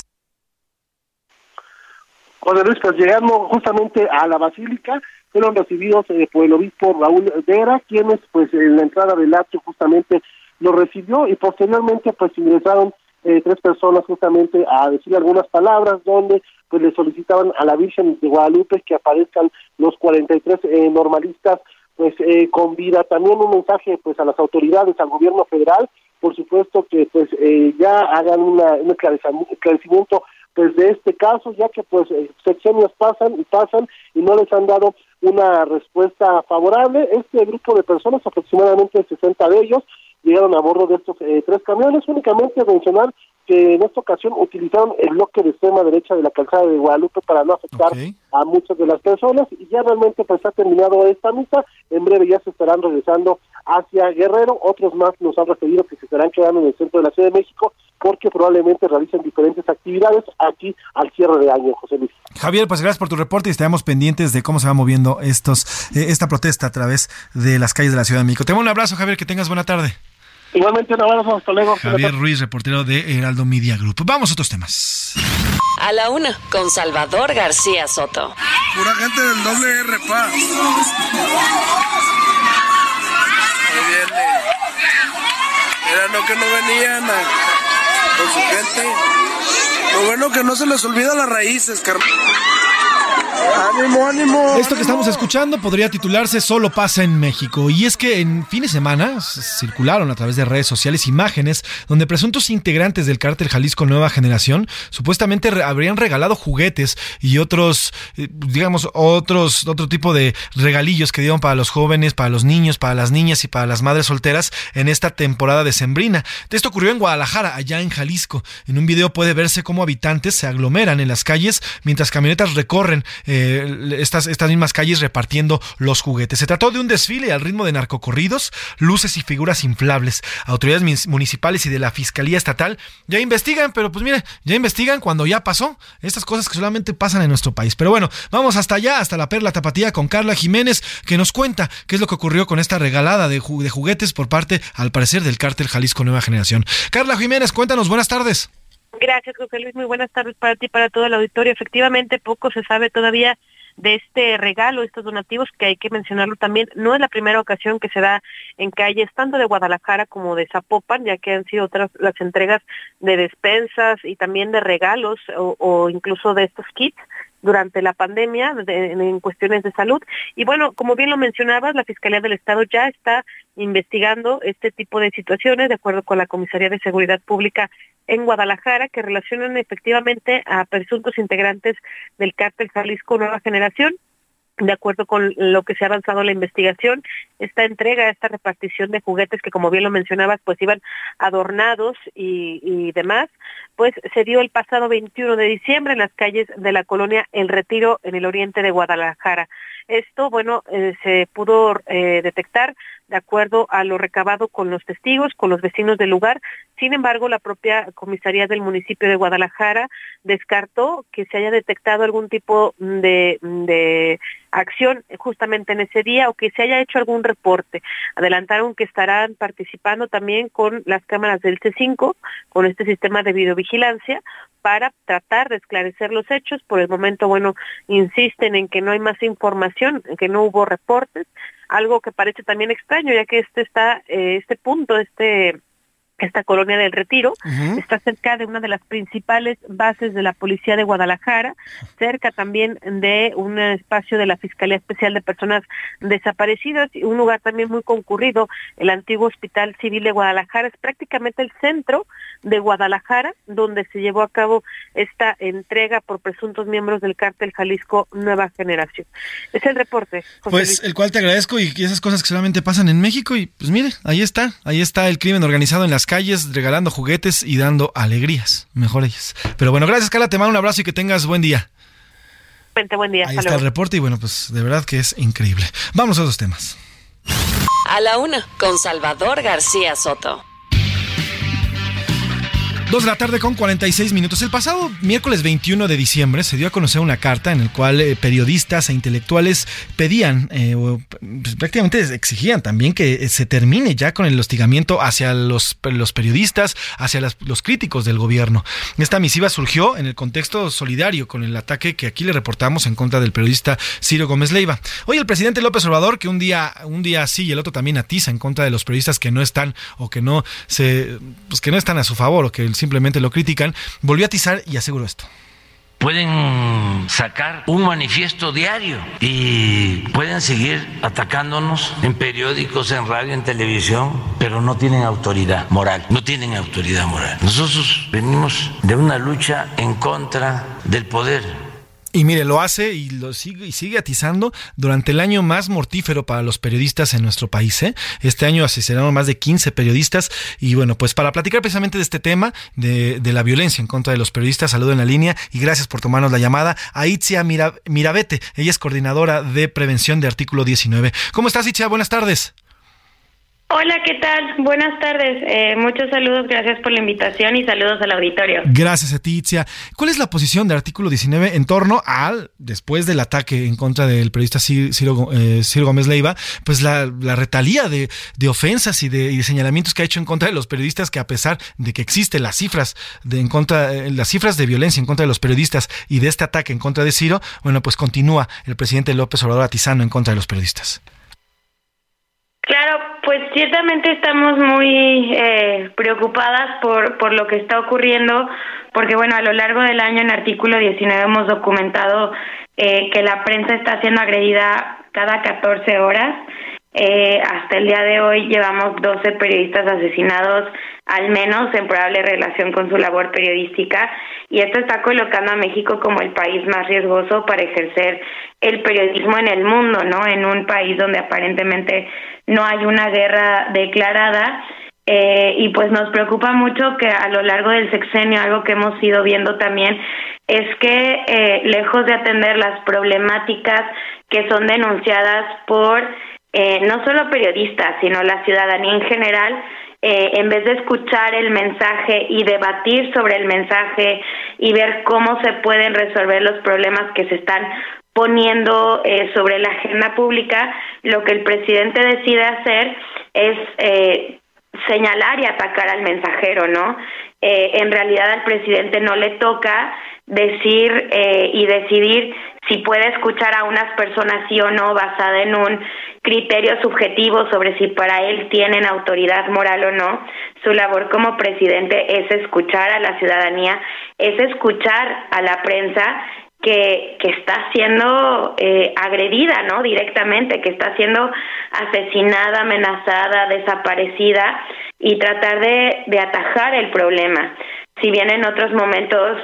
José Luis, pues llegando justamente a la Basílica, fueron recibidos por el obispo Raúl Vera, quienes pues en la entrada del atrio justamente lo recibió y posteriormente pues ingresaron 3 personas justamente a decir algunas palabras donde pues le solicitaban a la Virgen de Guadalupe que aparezcan los 43 normalistas pues con vida. También un mensaje pues a las autoridades, al gobierno federal, por supuesto que pues ya hagan un esclarecimiento pues de este caso, ya que pues sexenios pasan y no les han dado una respuesta favorable. Este grupo de personas, aproximadamente 60 de ellos, llegaron a bordo de estos 3 camiones. Únicamente mencionar que en esta ocasión utilizaron el bloque de extrema derecha de la calzada de Guadalupe para no afectar a muchas de las personas, y ya realmente pues ha terminado esta misa. En breve ya se estarán regresando hacia Guerrero. Otros más nos han referido que se estarán quedando en el centro de la Ciudad de México porque probablemente realicen diferentes actividades aquí al cierre de año, José Luis. Javier, pues gracias por tu reporte y estaremos pendientes de cómo se va moviendo esta protesta a través de las calles de la Ciudad de México. Te mando un abrazo, Javier, que tengas buena tarde. Igualmente, un abrazo, hasta luego. Javier Ruiz, reportero de Heraldo Media Group. Vamos a otros temas. A la una, con Salvador García Soto. Pura gente del doble R, pa. Ahí viene. Era lo que no venían con su gente. Lo bueno que no se les olvida las raíces, carnal. ¡Ánimo, ánimo! Esto que estamos escuchando podría titularse Solo pasa en México. Y es que en fin de semana circularon a través de redes sociales imágenes donde presuntos integrantes del cártel Jalisco Nueva Generación supuestamente habrían regalado juguetes y otros otro tipo de regalillos que dieron para los jóvenes, para los niños, para las niñas y para las madres solteras en esta temporada decembrina. Esto ocurrió en Guadalajara, allá en Jalisco. En un video puede verse cómo habitantes se aglomeran en las calles mientras camionetas recorren estas mismas calles repartiendo los juguetes. Se trató de un desfile al ritmo de narcocorridos, luces y figuras inflables. Autoridades municipales y de la Fiscalía Estatal ya investigan, pero pues mire, ya investigan cuando ya pasó. Estas cosas que solamente pasan en nuestro país. Pero bueno, vamos hasta allá, hasta la Perla Tapatía con Carla Jiménez, que nos cuenta qué es lo que ocurrió con esta regalada de juguetes por parte, al parecer, del cártel Jalisco Nueva Generación. Carla Jiménez, cuéntanos, buenas tardes. Gracias, José Luis. Muy buenas tardes para ti y para todo el auditorio. Efectivamente, poco se sabe todavía de este regalo, estos donativos, que hay que mencionarlo también. No es la primera ocasión que se da en calles, tanto de Guadalajara como de Zapopan, ya que han sido otras las entregas de despensas y también de regalos o incluso de estos kits durante la pandemia en cuestiones de salud. Y bueno, como bien lo mencionabas, la Fiscalía del Estado ya está investigando este tipo de situaciones, de acuerdo con la Comisaría de Seguridad Pública en Guadalajara, que relacionan efectivamente a presuntos integrantes del cártel Jalisco Nueva Generación. De acuerdo con lo que se ha avanzado en la investigación, esta entrega, esta repartición de juguetes que, como bien lo mencionabas, pues iban adornados y demás, pues se dio el pasado 21 de diciembre en las calles de la colonia El Retiro, en el oriente de Guadalajara. Esto, bueno, se pudo detectar de acuerdo a lo recabado con los testigos, con los vecinos del lugar. Sin embargo, la propia comisaría del municipio de Guadalajara descartó que se haya detectado algún tipo de acción justamente en ese día o que se haya hecho algún reporte. Adelantaron que estarán participando también con las cámaras del C5, con este sistema de videovigilancia, para tratar de esclarecer los hechos. Por el momento, bueno, insisten en que no hay más información, en que no hubo reportes, algo que parece también extraño, ya que esta colonia del Retiro está cerca de una de las principales bases de la Policía de Guadalajara, cerca también de un espacio de la Fiscalía Especial de Personas Desaparecidas, y un lugar también muy concurrido, el antiguo Hospital Civil de Guadalajara. Es prácticamente el centro de Guadalajara donde se llevó a cabo esta entrega por presuntos miembros del cártel Jalisco Nueva Generación. Es el reporte, José Pues Luis. El cual te agradezco, y esas cosas que solamente pasan en México, y pues mire, ahí está el crimen organizado en las calles, regalando juguetes y dando alegrías, mejor ellas. Pero bueno, gracias, Carla, te mando un abrazo y que tengas buen día. Buen día. Ahí está el reporte y bueno, pues de verdad que es increíble. Vamos a otros temas. A la una, con Salvador García Soto. 2:46 p.m. El pasado miércoles 21 de diciembre se dio a conocer una carta en la cual periodistas e intelectuales pedían, pues, prácticamente exigían también que se termine ya con el hostigamiento hacia los periodistas, hacia los críticos del gobierno. Esta misiva surgió en el contexto solidario con el ataque que aquí le reportamos en contra del periodista Ciro Gómez Leiva. Hoy el presidente López Obrador, que un día sí y el otro también atiza en contra de los periodistas que no están o que no están a su favor o que simplemente lo critican, volvió a atizar y aseguró esto. Pueden sacar un manifiesto diario y pueden seguir atacándonos en periódicos, en radio, en televisión, pero no tienen autoridad moral. No tienen autoridad moral. Nosotros venimos de una lucha en contra del poder. Y mire, lo hace y sigue atizando durante el año más mortífero para los periodistas en nuestro país. Este año asesinaron más de 15 periodistas. Y bueno, pues para platicar precisamente de este tema, de la violencia en contra de los periodistas, saludo en la línea y gracias por tomarnos la llamada a Itzia Mirabete. Ella es coordinadora de prevención de Artículo 19. ¿Cómo estás, Itzia? Buenas tardes. Hola, ¿qué tal? Buenas tardes. Muchos saludos, gracias por la invitación y saludos al auditorio. Gracias a ti, Itzia. ¿Cuál es la posición de Artículo 19 en torno después del ataque en contra del periodista Ciro Gómez Leiva, pues la retalía de ofensas y de señalamientos que ha hecho en contra de los periodistas, que a pesar de que existen las cifras de violencia en contra de los periodistas y de este ataque en contra de Ciro, bueno, pues continúa el presidente López Obrador atizando en contra de los periodistas? Claro, pues ciertamente estamos muy preocupadas por lo que está ocurriendo, porque bueno, a lo largo del año en Artículo 19 hemos documentado que la prensa está siendo agredida cada 14 horas. Hasta el día de hoy llevamos 12 periodistas asesinados, al menos en probable relación con su labor periodística, y esto está colocando a México como el país más riesgoso para ejercer el periodismo en el mundo, ¿no? En un país donde aparentemente no hay una guerra declarada, y pues nos preocupa mucho que a lo largo del sexenio, algo que hemos ido viendo también, es que lejos de atender las problemáticas que son denunciadas por no solo periodistas, sino la ciudadanía en general, en vez de escuchar el mensaje y debatir sobre el mensaje y ver cómo se pueden resolver los problemas que se están poniendo sobre la agenda pública, lo que el presidente decide hacer es señalar y atacar al mensajero, ¿no? En realidad al presidente no le toca decir y decidir si puede escuchar a unas personas sí o no, basada en un criterio subjetivo sobre si para él tienen autoridad moral o no. Su labor como presidente es escuchar a la ciudadanía, es escuchar a la prensa que está siendo agredida, ¿no? Directamente, que está siendo asesinada, amenazada, desaparecida, y tratar de atajar el problema. Si bien en otros momentos,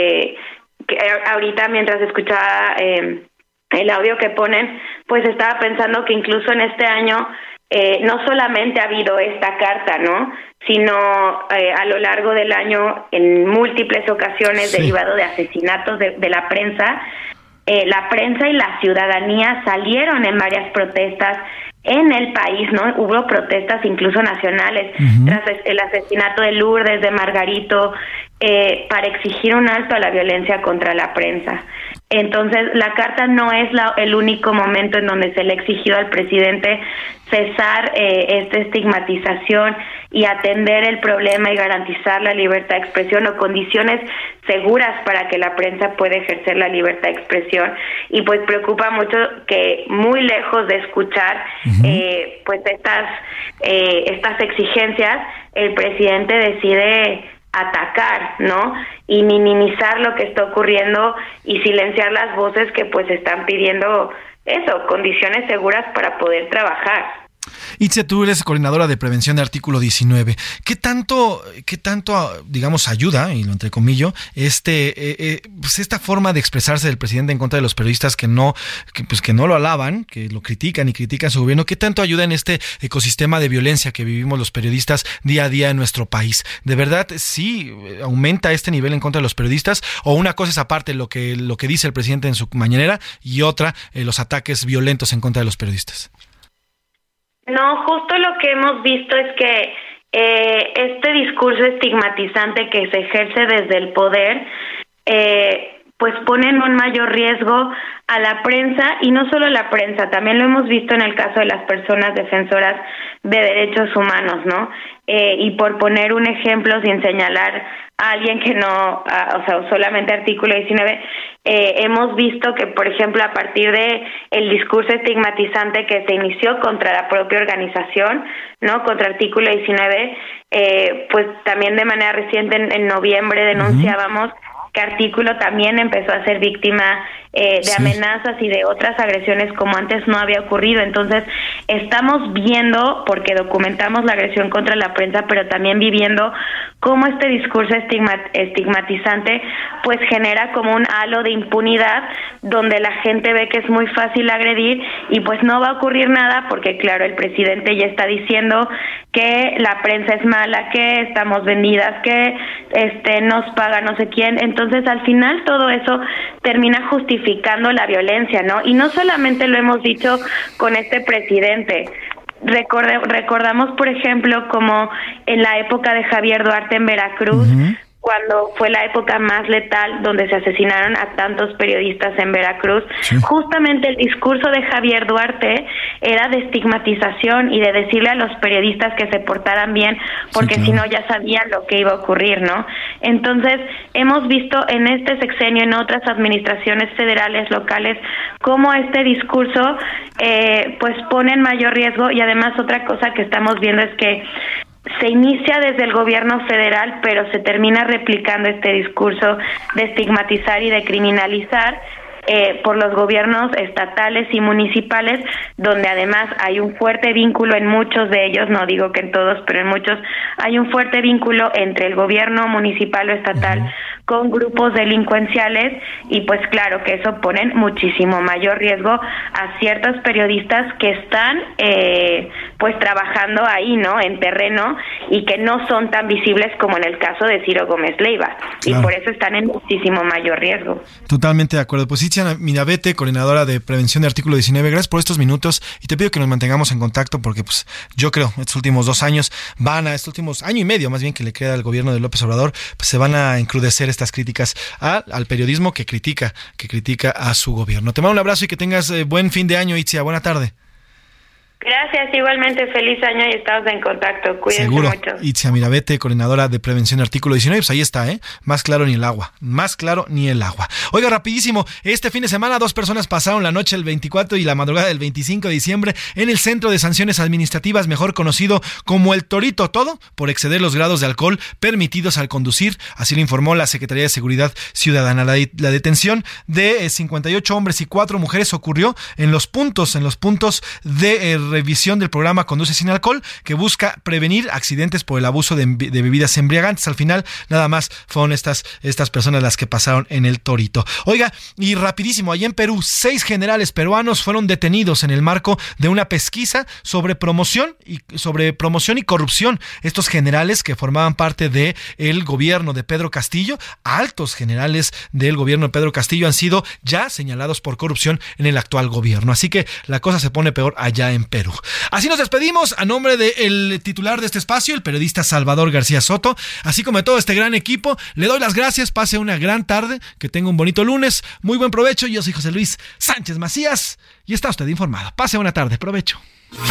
ahorita mientras escuchaba el audio que ponen, pues estaba pensando que incluso en este año no solamente ha habido esta carta, ¿no? Sino a lo largo del año, en múltiples ocasiones, sí, derivado de asesinatos de la prensa y la ciudadanía salieron en varias protestas en el país, ¿no? Hubo protestas incluso nacionales tras el asesinato de Lourdes, de Margarito, para exigir un alto a la violencia contra la prensa. Entonces, la carta no es el único momento en donde se le ha exigido al presidente cesar esta estigmatización y atender el problema y garantizar la libertad de expresión o condiciones seguras para que la prensa pueda ejercer la libertad de expresión. Y pues preocupa mucho que, muy lejos de escuchar pues estas exigencias, el presidente decide atacar, ¿no? Y minimizar lo que está ocurriendo y silenciar las voces que pues están pidiendo eso, condiciones seguras para poder trabajar. Itzia, tú eres coordinadora de prevención de Artículo 19. ¿Qué tanto, digamos, ayuda, y lo entrecomillo, pues esta forma de expresarse del presidente en contra de los periodistas que no lo alaban, que lo critican y critican su gobierno? ¿Qué tanto ayuda en este ecosistema de violencia que vivimos los periodistas día a día en nuestro país? ¿De verdad sí aumenta este nivel en contra de los periodistas? ¿O una cosa es aparte lo que dice el presidente en su mañanera y otra los ataques violentos en contra de los periodistas? No, justo lo que hemos visto es que este discurso estigmatizante que se ejerce desde el poder, pues pone en un mayor riesgo a la prensa, y no solo la prensa, también lo hemos visto en el caso de las personas defensoras de derechos humanos, ¿no? Y por poner un ejemplo, sin señalar a alguien que no, solamente artículo 19, hemos visto que, por ejemplo, a partir de el discurso estigmatizante que se inició contra la propia organización, ¿no? Contra artículo 19, pues también de manera reciente, en noviembre, denunciábamos que Artículo también empezó a ser víctima de amenazas y de otras agresiones como antes no había ocurrido. Entonces, estamos viendo, porque documentamos la agresión contra la prensa, pero también viviendo cómo este discurso estigmatizante pues genera como un halo de impunidad, donde la gente ve que es muy fácil agredir y pues no va a ocurrir nada, porque claro, el presidente ya está diciendo que la prensa es mala, que estamos vendidas, que nos paga no sé quién. Entonces, al final todo eso termina justificando la violencia, ¿no? Y no solamente lo hemos dicho con este presidente. Recordamos, por ejemplo, como en la época de Javier Duarte en Veracruz, cuando fue la época más letal, donde se asesinaron a tantos periodistas en Veracruz. Justamente el discurso de Javier Duarte era de estigmatización y de decirle a los periodistas que se portaran bien, porque si no ya sabían lo que iba a ocurrir, ¿no? Entonces, hemos visto en este sexenio, en otras administraciones federales, locales, cómo este discurso pues pone en mayor riesgo. Y además, otra cosa que estamos viendo es que se inicia desde el gobierno federal, pero se termina replicando este discurso de estigmatizar y de criminalizar por los gobiernos estatales y municipales, donde además hay un fuerte vínculo en muchos de ellos, no digo que en todos, pero en muchos hay un fuerte vínculo entre el gobierno municipal o estatal con grupos delincuenciales, y pues claro que eso pone muchísimo mayor riesgo a ciertos periodistas que están pues trabajando ahí, ¿no? En terreno, y que no son tan visibles como en el caso de Ciro Gómez Leiva, y por eso están en muchísimo mayor riesgo. Totalmente de acuerdo. Pues Itzia Mirabete, coordinadora de prevención de Artículo 19, gracias por estos minutos, y te pido que nos mantengamos en contacto, porque pues yo creo estos últimos 2 años estos últimos año y medio más bien que le queda al gobierno de López Obrador, pues se van a encrudecer estas críticas al periodismo que critica a su gobierno. Te mando un abrazo y que tengas buen fin de año, Itzia. Buena tarde. Gracias, igualmente feliz año y estamos en contacto. Cuídense Seguro. mucho. Itzia Mirabete, coordinadora de prevención de Artículo 19, pues ahí está, más claro ni el agua, Oiga, rapidísimo, este fin de semana 2 personas pasaron la noche del 24 y la madrugada del 25 de diciembre en el Centro de Sanciones Administrativas, mejor conocido como El Torito, todo por exceder los grados de alcohol permitidos al conducir, así lo informó la Secretaría de Seguridad Ciudadana. La detención de 58 hombres y 4 mujeres ocurrió en los puntos de revisión del programa Conduce Sin Alcohol, que busca prevenir accidentes por el abuso de bebidas embriagantes. Al final, nada más fueron estas personas las que pasaron en El Torito. Oiga, y rapidísimo, allá en Perú, 6 generales peruanos fueron detenidos en el marco de una pesquisa sobre promoción y corrupción. Estos generales, que formaban parte del gobierno de Pedro Castillo, altos generales del gobierno de Pedro Castillo, han sido ya señalados por corrupción en el actual gobierno. Así que la cosa se pone peor allá en Perú. Así nos despedimos a nombre del titular de este espacio, el periodista Salvador García Soto, así como de todo este gran equipo. Le doy las gracias, pase una gran tarde, que tenga un bonito lunes, muy buen provecho. Yo soy José Luis Sánchez Macías y está usted informado. Pase buena tarde, provecho.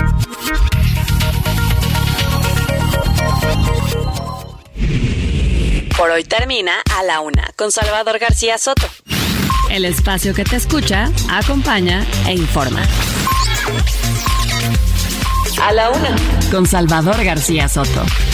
Por hoy termina A la Una con Salvador García Soto. El espacio que te escucha, acompaña e informa. A la Una con Salvador García Soto.